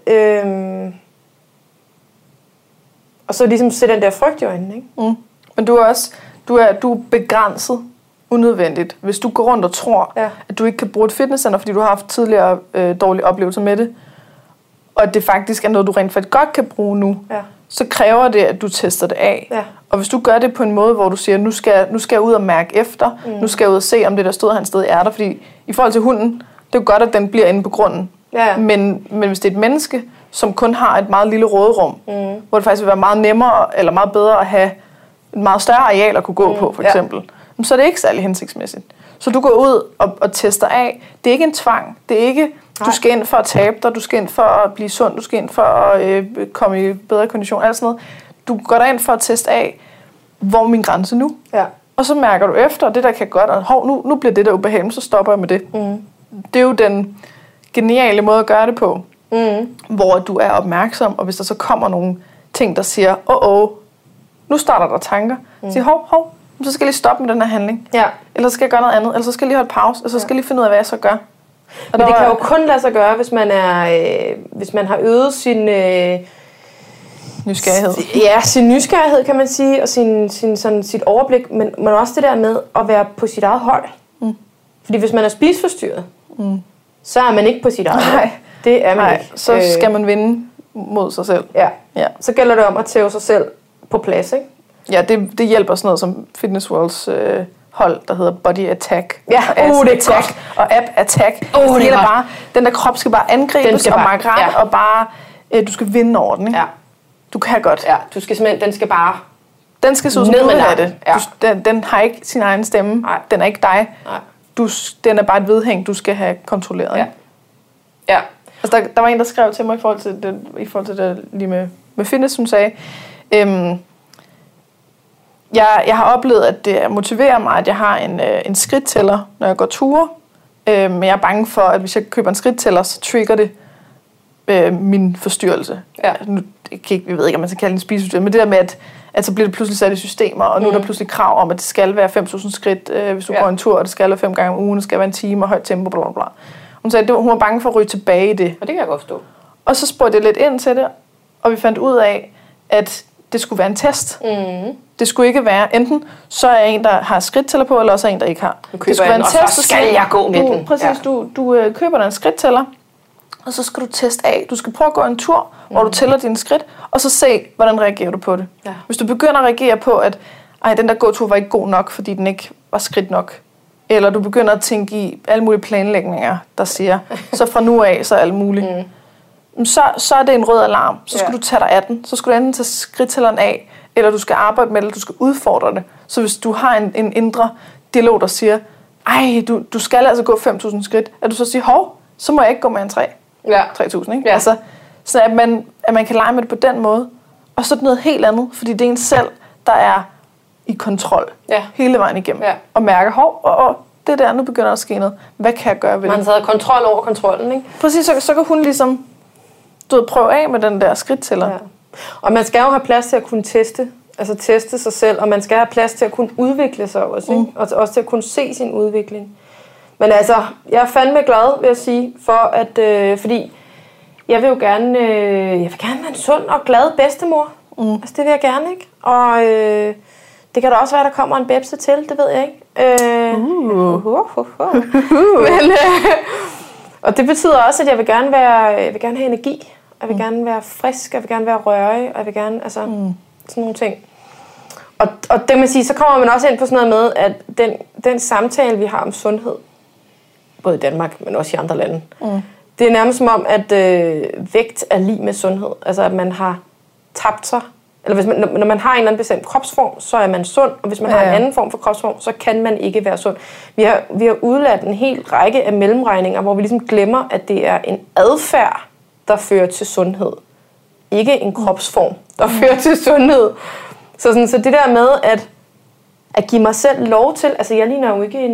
så ligesom se den der frygt i øjnene, ikke? Men du er begrænset unødvendigt, hvis du går rundt og tror, at du ikke kan bruge et fitnesscenter, fordi du har haft tidligere dårlige oplevelser med det, og at det faktisk er noget, du rent faktisk godt kan bruge nu, så kræver det, at du tester det af. Ja. Og hvis du gør det på en måde, hvor du siger, nu skal jeg ud og mærke efter, nu skal jeg ud og se, om det der stod, han sted er der, fordi i forhold til hunden, det er jo godt, at den bliver inde på grunden. Ja. Men hvis det er et menneske, som kun har et meget lille råderum, hvor det faktisk vil være meget nemmere, eller meget bedre at have et meget større areal at kunne gå på, for eksempel, så er det ikke særlig hensigtsmæssigt. Så du går ud og tester af. Det er ikke en tvang. Det er ikke, du skal ind for at tabe dig, du skal ind for at blive sund, du skal ind for at komme i bedre kondition, alt sådan noget. Du går derind for at teste af, hvor er min grænse nu? Ja. Og så mærker du efter, og det der kan godt, og nu bliver det der ubehageligt, så stopper jeg med det. Det er jo den geniale måde at gøre det på, hvor du er opmærksom, og hvis der så kommer nogle ting, der siger, nu starter der tanker, siger hov, så skal jeg lige stoppe med den her handling. Ja. Eller så skal jeg gøre noget andet, eller så skal jeg lige holde pause, eller så skal jeg lige finde ud af, hvad jeg så gør. Men det kan jo kun lade sig gøre, hvis man har øvet sin nysgerrighed. Ja, sin nysgerrighed, kan man sige, og sit overblik, men også det der med at være på sit eget hold. Fordi hvis man er spiseforstyrret, så er man ikke på sit eget hold. Det er man ikke. Så skal man vinde mod sig selv. Ja. Så gælder det om at tæve sig selv på plads, ikke? Ja, det hjælper sådan noget som Fitness Worlds hold, der hedder Body Attack. Ja, det er godt. Og App Attack. Det er bare, den der krop skal bare angribes og mærke ret, og bare, du skal vinde over den, ikke? Ja. Du kan godt. Ja, du skal simpelthen, den skal så ned med det. Ja. Den har ikke sin egen stemme. Nej. Den er ikke dig. Nej. Den er bare et vedhæng, du skal have kontrolleret. Ja. Ja. Altså, der var en, der skrev til mig i forhold til det lige med fitness, som sagde, jeg har oplevet, at det motiverer mig, at jeg har en skridttæller, når jeg går ture. Men jeg er bange for, at hvis jeg køber en skridttæller, så trigger det min forstyrrelse. Ja. Jeg ved ikke, om man skal kalde det en spiseforstyrrelse, men det der med, at så bliver det pludselig sat i systemer, og nu er der pludselig krav om, at det skal være 5.000 skridt, hvis du går en tur, og det skal være 5 gange om ugen, det skal være en time og højt tempo, bla bla bla. Hun sagde, at hun var bange for at ryge tilbage i det. Og det kan jeg godt forstå. Og så spurgte jeg lidt ind til det, og vi fandt ud af, at det skulle være en test. Det skulle ikke være, enten så er jeg en, der har skridttæller på, eller også er en, der ikke har. Det skulle være en test, så skal jeg gå med den. Præcis, du køber dig en skridttæller, og så skal du teste af. Du skal prøve at gå en tur, hvor du tæller dine skridt, og så se, hvordan reagerer du på det. Ja. Hvis du begynder at reagere på, at den der gåtur var ikke god nok, fordi den ikke var skridt nok, eller du begynder at tænke i alle mulige planlægninger, der siger, så fra nu af, så alt muligt, så er det en rød alarm. Så skal du tage dig af den. Så skal du enten tage skridttælleren af, eller du skal arbejde med det, eller du skal udfordre det. Så hvis du har en indre dialog, der siger, du skal altså gå 5.000 skridt, at du så siger, så må jeg ikke gå mere end 3.000, ikke? Ja. Altså, så at man kan lege med det på den måde. Og så er det noget helt andet, fordi det er en selv, der er i kontrol hele vejen igennem. Ja. Og mærker, det der, nu begynder at ske noget. Hvad kan jeg gøre ved det? Man har kontrol over kontrollen, ikke? Præcis, så kan hun ligesom prøve af med den der skridttæller. Ja. Og man skal jo have plads til at kunne teste sig selv, og man skal have plads til at kunne udvikle sig også, ikke? Og også til at kunne se sin udvikling. Men altså, jeg er fandme glad, vil jeg sige, for at, fordi jeg vil jo gerne, være en sund og glad bedstemor. Altså, det vil jeg gerne, ikke? Og det kan da også være, der kommer en bebse til, det ved jeg ikke. Men, og det betyder også, at jeg vil gerne have energi. Jeg vil gerne være frisk, jeg vil gerne være rørig, og jeg vil gerne, sådan nogle ting. Og det man siger, så kommer man også ind på sådan noget med, at den samtale, vi har om sundhed, både i Danmark, men også i andre lande, det er nærmest som om, at vægt er lig med sundhed. Altså, at man har tabt sig. Eller når man har en eller anden bestemt kropsform, så er man sund, og hvis man har en anden form for kropsform, så kan man ikke være sund. Vi har udladt en hel række af mellemregninger, hvor vi ligesom glemmer, at det er en adfærd, der fører til sundhed. ikke en kropsform, der fører til sundhed. Så det der med at give mig selv lov til, altså jeg ligner jo ikke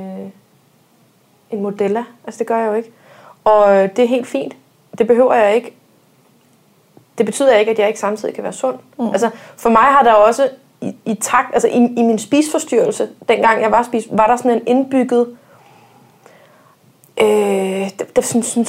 en modella, altså det gør jeg jo ikke. Og det er helt fint. Det behøver jeg ikke. Det betyder ikke, at jeg ikke samtidig kan være sund. Altså for mig har der også i min spiseforstyrrelse, dengang jeg var der sådan en indbygget sådan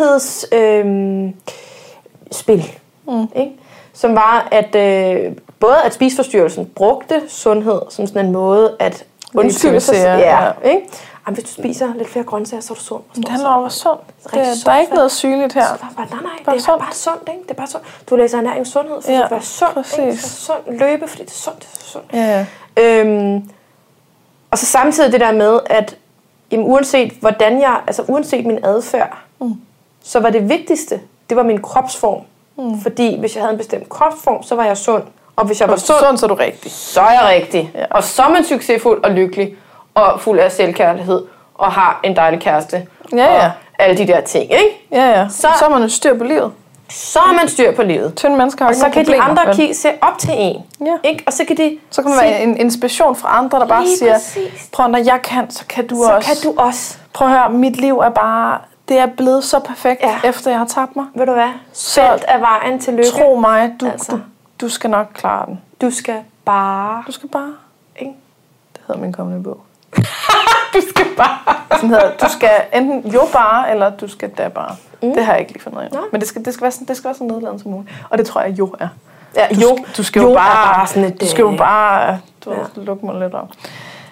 sundhedsspil, ikke? Som var, at både at spiseforstyrrelsen brugte sundhed som sådan en måde at undskylde sig. Ja, ikke? Jamen, hvis du spiser lidt flere grøntsager, så er du sund. Det handler om at være sund. Der er ikke noget sygeligt her. Nej, det er bare sundt, ikke? Det er bare sundt. Du læser ernæring sundhed, for at være sund. Præcis. Sund. Løbe, fordi det er sundt. Det er sundt. Ja. Og så samtidig det der med, at jamen, uanset min adfærd, så var det vigtigste, det var min kropsform. Fordi hvis jeg havde en bestemt kropsform, så var jeg sund. Og hvis jeg var sund, så er du rigtig. Så er jeg rigtig. Ja. Og så er man succesfuld og lykkelig. Og fuld af selvkærlighed. Og har en dejlig kæreste. Ja. Og alle de der ting, ikke? Ja. Så er man styr på livet. Så er man styr på livet. Tynde mennesker har og så kan de andre se op til en. Ja. Ikke? Og så kan man være en inspiration fra andre, der bare siger, prøv, når jeg kan, så kan du også. Så kan du også. Prøv at høre, mit liv er bare, det er blevet så perfekt, efter jeg har tabt mig. Ved du hvad? Salt er vejen til lykke. Tro mig, du skal nok klare den. Du skal bare. Ikke? Det hedder min kommende bog. Du skal enten jo bare, eller du skal da bare. Det har jeg ikke lige fundet ud af. Men det skal være så nedladende som muligt. Og det tror jeg jo er. Ja, du skal jo bare sådan et, du skal jo bare lukke mig lidt op.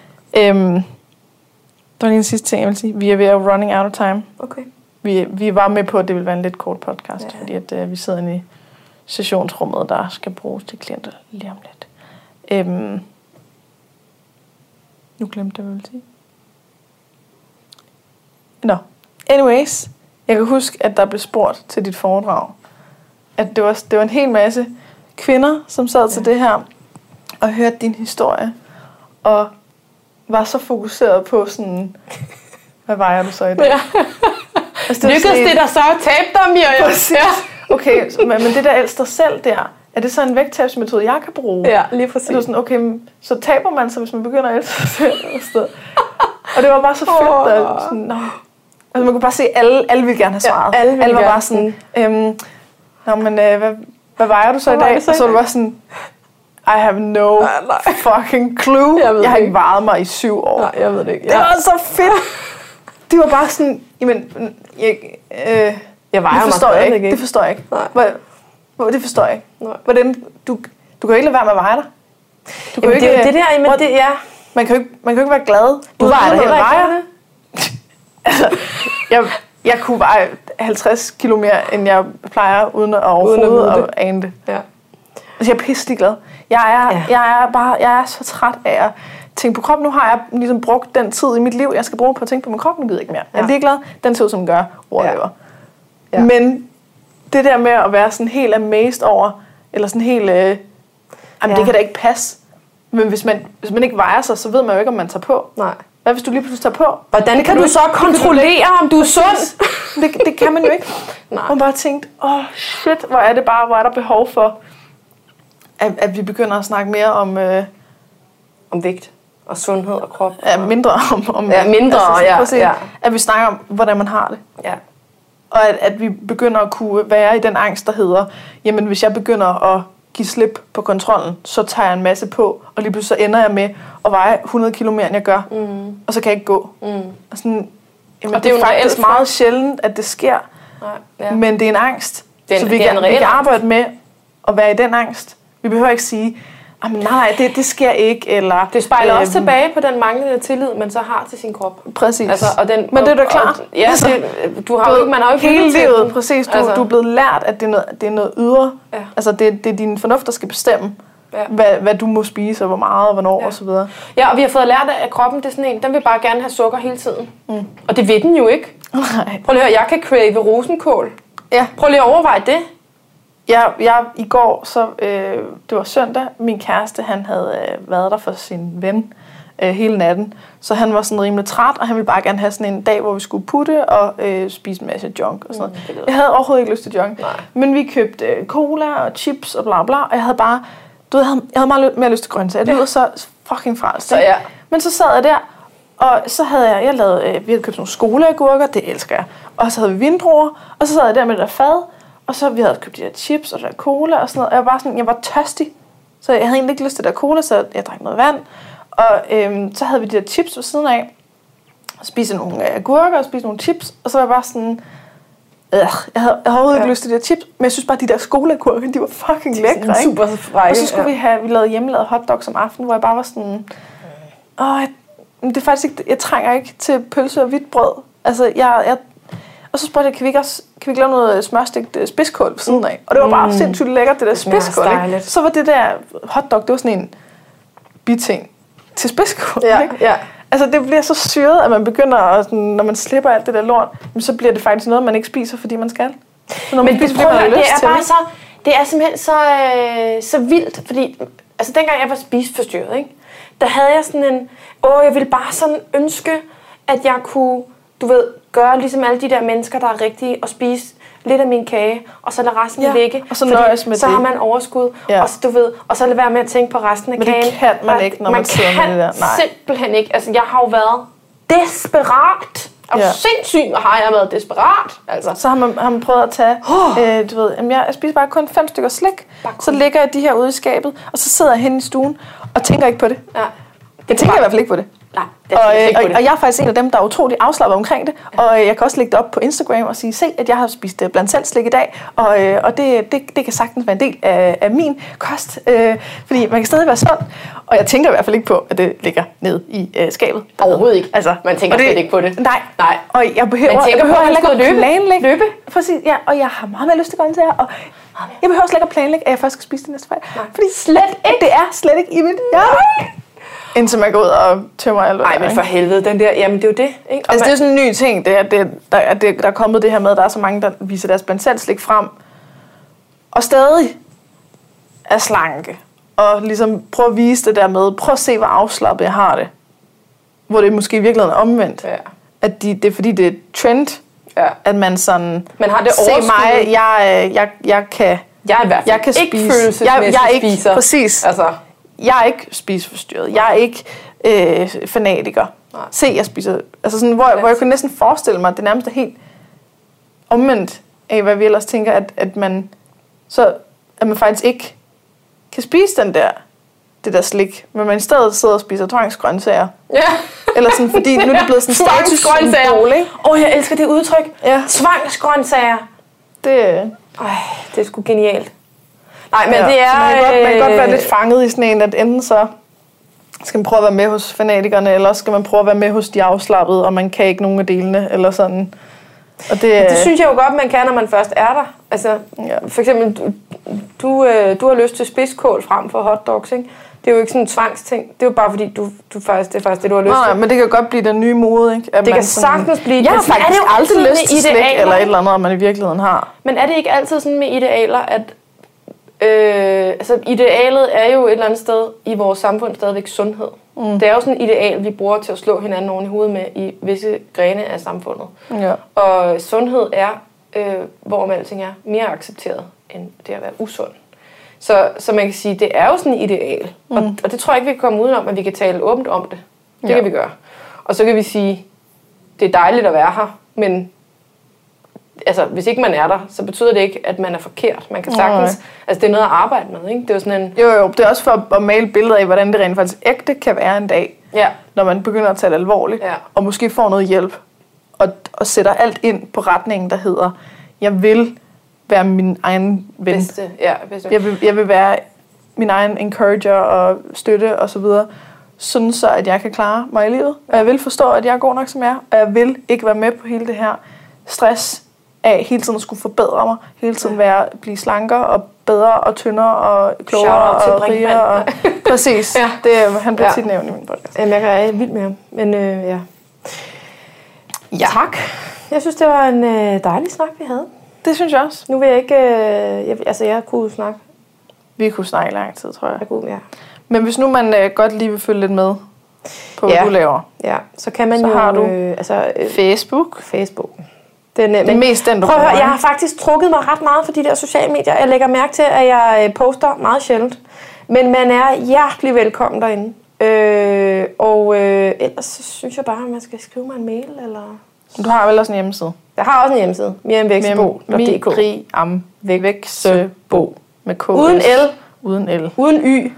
Der var lige en sidste ting, jeg vil sige. Vi er ved at running out of time. Okay. Vi var med på, at det ville være en lidt kort podcast, fordi at vi sidder inde i sessionsrummet, der skal bruges til klienter lige om lidt. Nu glemte jeg, hvad jeg ville sige. Anyways, jeg kan huske, at der blev spurgt til dit foredrag, at det var en hel masse kvinder, som sad til det her, og hørte din historie, og var så fokuseret på sådan, hvad vejer du så i dag? Ja. Altså, lykkedes det der så at tabe dig, Miriam? Ja. Okay, men det der elsker selv der, er det så en vægttabsmetode, jeg kan bruge? Ja, lige præcis. Så sådan, okay, så taber man sig, hvis man begynder at elske sig selv. Og det var bare så fedt, sådan, altså man kunne bare se, at alle ville gerne have svaret. Ja, alle var bare sådan, hvad vejer du så i dag? Og så var det bare sådan, I have no fucking clue. Jeg har ikke vejet mig i 7 år. Nej, jeg ved det ikke. Det var så fedt. De var bare sådan, jamen, jeg vejer det forstår jeg ikke. Det forstår jeg ikke. Det forstår jeg ikke. Hvordan, du kan jo ikke lade være med at veje dig. Du kan ikke, det der, men det, ja. Man kan jo ikke være glad. Du vejer dig heller ikke. Altså, jeg kunne veje 50 kilo mere, end jeg plejer, uden at overhovedet at ane det. Ja. Altså, jeg er pisselig glad. Jeg er så træt af at tænke på kroppen. Nu har jeg ligesom brugt den tid i mit liv, jeg skal bruge på at tænke på min krop. Nu gider jeg ikke mere. Jeg er ligeglad. Den tid, som gør, whatever. Ja. Men det der med at være sådan helt amazed over, eller sådan helt, det kan da ikke passe. Men hvis man ikke vejer sig, så ved man jo ikke, om man tager på. Nej. Hvad hvis du lige pludselig tager på? Hvordan kan du så kontrollere, om du er sund? Det kan man jo ikke. Nej. Og bare tænkt, shit, hvor er der behov for, at vi begynder at snakke mere om vægt og sundhed og krop. Ja, mindre om mindre, altså, at vi snakker om, hvordan man har det. Ja. Og at vi begynder at kunne være i den angst, der hedder, jamen hvis jeg begynder at give slip på kontrollen, så tager jeg en masse på, og lige pludselig så ender jeg med at veje 100 kilo mere, end jeg gør. Og så kan jeg ikke gå. Og sådan, jamen, og det er jo faktisk meget sjældent, at det sker. Men det er en angst. Så vi kan arbejde med at være i den angst. Vi behøver ikke sige, nej, det sker ikke. Eller, det spejler også tilbage på den manglende tillid, man så har til sin krop. Præcis. Altså, men det er da klart. Man har jo ikke hele livet. Præcis. Du er blevet lært, at det er noget ydre. Ja. Altså, det er din fornuft, der skal bestemme, hvad du må spise, og hvor meget, og hvornår, og så videre. Ja, og vi har fået lært, at kroppen, det er sådan en, den vil bare gerne have sukker hele tiden. Og det ved den jo ikke. Nej. Prøv lige at høre, jeg kan crave rosenkål. Ja. Prøv lige at overveje det. Jeg i går, så det var søndag, min kæreste, han havde været der for sin ven, hele natten. Så han var sådan rimelig træt, og han ville bare gerne have sådan en dag, hvor vi skulle putte og spise en masse junk og sådan noget. Jeg havde overhovedet ikke lyst til junk. Nej. Men vi købte cola og chips og bla bla, og jeg havde bare, du ved, jeg havde meget mere lyst til grøntsager. Det lyder så fucking frelst. Så ja. Men så sad jeg der, og så havde vi havde købt sådan nogle skoleagurker, det elsker jeg. Og så havde vi vindruer, og så sad jeg der med det der fad, og så vi havde købt de der chips og der cola og sådan noget. Og jeg var tørstig, så jeg havde egentlig ikke lyst til der cola, så jeg drak noget vand. Og så havde vi de der chips ved siden af, og spiste nogle agurker og spiste nogle chips, og så var jeg bare sådan, jeg havde overhovedet ikke lyst til de der chips, men jeg synes bare, de der skoleagurker, de var fucking lækre, ikke? Super frække. Og så skulle vi lavede hjemmelavet hotdogs om aftenen, hvor jeg bare var sådan, det er faktisk ikke, jeg trænger ikke til pølse og hvidt brød. Altså, og så spurgte jeg, kan vi ikke lave noget smørstegt spidskål ved siden af? Og det var bare sindssygt lækkert, det der spidskål, ikke? Så var det der hotdog, det var sådan en biting til spidskål, ikke? Ja. Altså, det bliver så syret, at man begynder at, sådan, når man slipper alt det der lort, så bliver det faktisk noget, man ikke spiser, fordi man skal. Så når man men spiser, man det er bare det er simpelthen så vildt, fordi altså dengang jeg var spiseforstyrret, ikke? Der havde jeg sådan en, jeg ville bare sådan ønske, at jeg kunne, du ved, gøre ligesom alle de der mennesker, der er rigtige, og spise lidt af min kage, og så lade resten ligge. Og så nøjes med så har man overskud, og så, du ved, og så lade være med at tænke på resten af kagen. Men det kan man ikke, når man sidder med det der. Nej. Simpelthen ikke. Altså, jeg har jo været desperat. Og sindssygt har jeg været desperat. Altså. Så har man prøvet at tage, du ved, jeg spiser bare kun 5 stykker slik, så lægger jeg de her ude i skabet, og så sidder jeg henne i stuen og tænker ikke på det. Ja. Jeg tænker i hvert fald ikke på det. Nej, og jeg er faktisk en af dem, der er utrolig afslappet omkring det, og jeg kan også lægge det op på Instagram og sige, se, at jeg har spist blandt selv slik i dag, og det kan sagtens være en del af min kost, fordi man kan stadig være sund, og jeg tænker i hvert fald ikke på, at det ligger nede i skabet. Overhovedet ikke. Altså, man tænker slet ikke på det. Nej. Og jeg behøver heller ikke at planlægge. Løbe. Præcis, ja, og jeg har meget mere lyst til grøntsager, og jeg behøver slet ikke at planlægge, at jeg først skal spise det næste fredag. Fordi slet ikke. Det er slet ikke i mit hjerte. Indtil man går ud og tømmer alt. Nej, men for helvede, den der, jamen det er jo det, ikke? Altså det er sådan en ny ting, der er kommet det her med, at der er så mange, der viser deres blandt selv slik frem, og stadig er slanke, og ligesom prøv at vise det der med, prøv at se, hvor afslappet jeg har det. Hvor det måske i virkeligheden er omvendt. Ja. At det er fordi, det er trend, at man sådan, man har det se mig, jeg kan... Jeg er i hvert fald ikke spise. Følelsesmæssigt spiser. Præcis. Altså. Jeg er ikke spiseforstyrret. Jeg er ikke fanatiker. Nej. Se, jeg spiser... Altså sådan, hvor jeg kunne næsten forestille mig, at det nærmest er helt omvendt af, hvad vi ellers tænker, at man faktisk ikke kan spise det der slik, men man i stedet sidder og spiser tvangsgrøntsager. Ja. Eller sådan, fordi nu er det blevet sådan en statussymbol, ikke? Jeg elsker det udtryk. Ja. Tvangsgrøntsager. Det er sgu genialt. Nej, men det er... Man kan godt være lidt fanget i sådan en, at enten så skal man prøve at være med hos fanatikerne, eller skal man prøve at være med hos de afslappede, og man kan ikke nogen af delene, eller sådan. Og det synes jeg jo godt, man kan, når man først er der. Altså, for eksempel, du har lyst til spidskål frem for hotdogs, ikke? Det er jo ikke sådan en tvangsting. Det er jo bare fordi, det er faktisk det, du har lyst til. Nej, men det kan godt blive den nye mode, ikke? At det kan sagtens blive... Jeg har faktisk aldrig lyst til slik, eller et eller andet, om man i virkeligheden har. Men er det ikke altid sådan med idealer, at altså idealet er jo et eller andet sted i vores samfund stadigvæk sundhed. Det er jo sådan et ideal, vi bruger til at slå hinanden oven i hovedet med i visse grene af samfundet. Ja. Og sundhed er, hvorom alting er, mere accepteret end det at være usund. Så man kan sige, det er jo sådan et ideal. Og det tror jeg ikke, vi kan komme udenom, at vi kan tale åbent om det. Det kan vi gøre. Og så kan vi sige, det er dejligt at være her, men altså, hvis ikke man er der, så betyder det ikke, at man er forkert. Man kan sagtens... Altså, det er noget at arbejde med, ikke? Det er jo sådan en... Jo, det er også for at male billeder af, hvordan det rent faktisk ægte kan være en dag. Ja. Når man begynder at tage det alvorligt. Ja. Og måske får noget hjælp. Og sætter alt ind på retningen, der hedder, jeg vil være min egen ven. Bedste. Jeg vil være min egen encourager og støtte og så videre. Sådan så, at jeg kan klare mig i livet. Og jeg vil forstå, at jeg er god nok, som jeg er. Og jeg vil ikke være med på hele det her stress af hele tiden at skulle forbedre mig, hele tiden blive slankere og bedre og tyndere og klogere og rigere. Og præcis. Han bliver tit nævnt i min podcast. Jamen, jeg er vild med ham. Men tak. Jeg synes, det var en dejlig snak, vi havde. Det synes jeg også. Nu vil jeg ikke... jeg kunne snakke. Vi kunne snakke i lang tid, tror jeg. Jeg kunne, ja. Men hvis nu man godt lige vil følge lidt med på, hvad du laver. Ja, så kan man så jo... har du Facebook. Det er nemt. Det er mest den, du prøv at høre, jeg har faktisk trukket mig ret meget for de der sociale medier. Jeg lægger mærke til, at jeg poster meget sjældent. Men man er hjertelig velkommen derinde. Ellers så synes jeg bare, at man skal skrive mig en mail. Eller... Du har vel også en hjemmeside? Jeg har også en hjemmeside. Miriamveksebo.dk Miriamveksebo med K. Uden L. Uden L. Uden Y.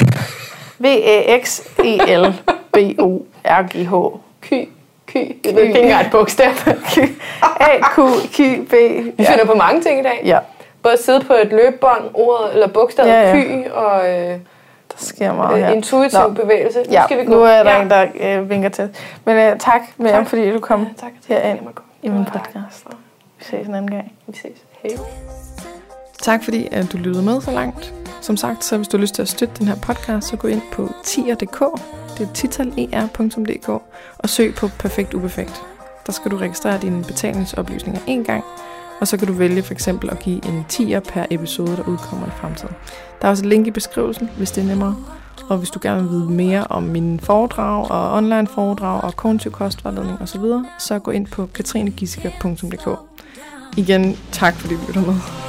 VAXELBORGH. Det er ikke engang et bogstav. AQQB. Vi finder på mange ting i dag. Ja. Både sidde på et løbebånd, ordet eller bogstavet ky og der sker meget her. Intuitiv bevægelse. Nu skal vi gå. Nu er der en, der vinker til. Men tak, Miriam, fordi du kom herind i min podcast. Vi ses en anden gang. Vi ses. Hej. Tak fordi at du lyttede med så langt. Som sagt, så hvis du har lyst til at støtte den her podcast, så gå ind på tier.dk. Det er titaler.dk og søg på Perfekt Uperfekt. Der skal du registrere dine betalingsoplysninger en gang, og så kan du vælge for eksempel at give en 10'er per episode, der udkommer i fremtiden. Der er også et link i beskrivelsen, hvis det er nemmere. Og hvis du gerne vil vide mere om mine foredrag og online foredrag og kognitiv kostvejledning osv., så gå ind på katrinegissiker.dk. Igen, tak fordi du lytter med.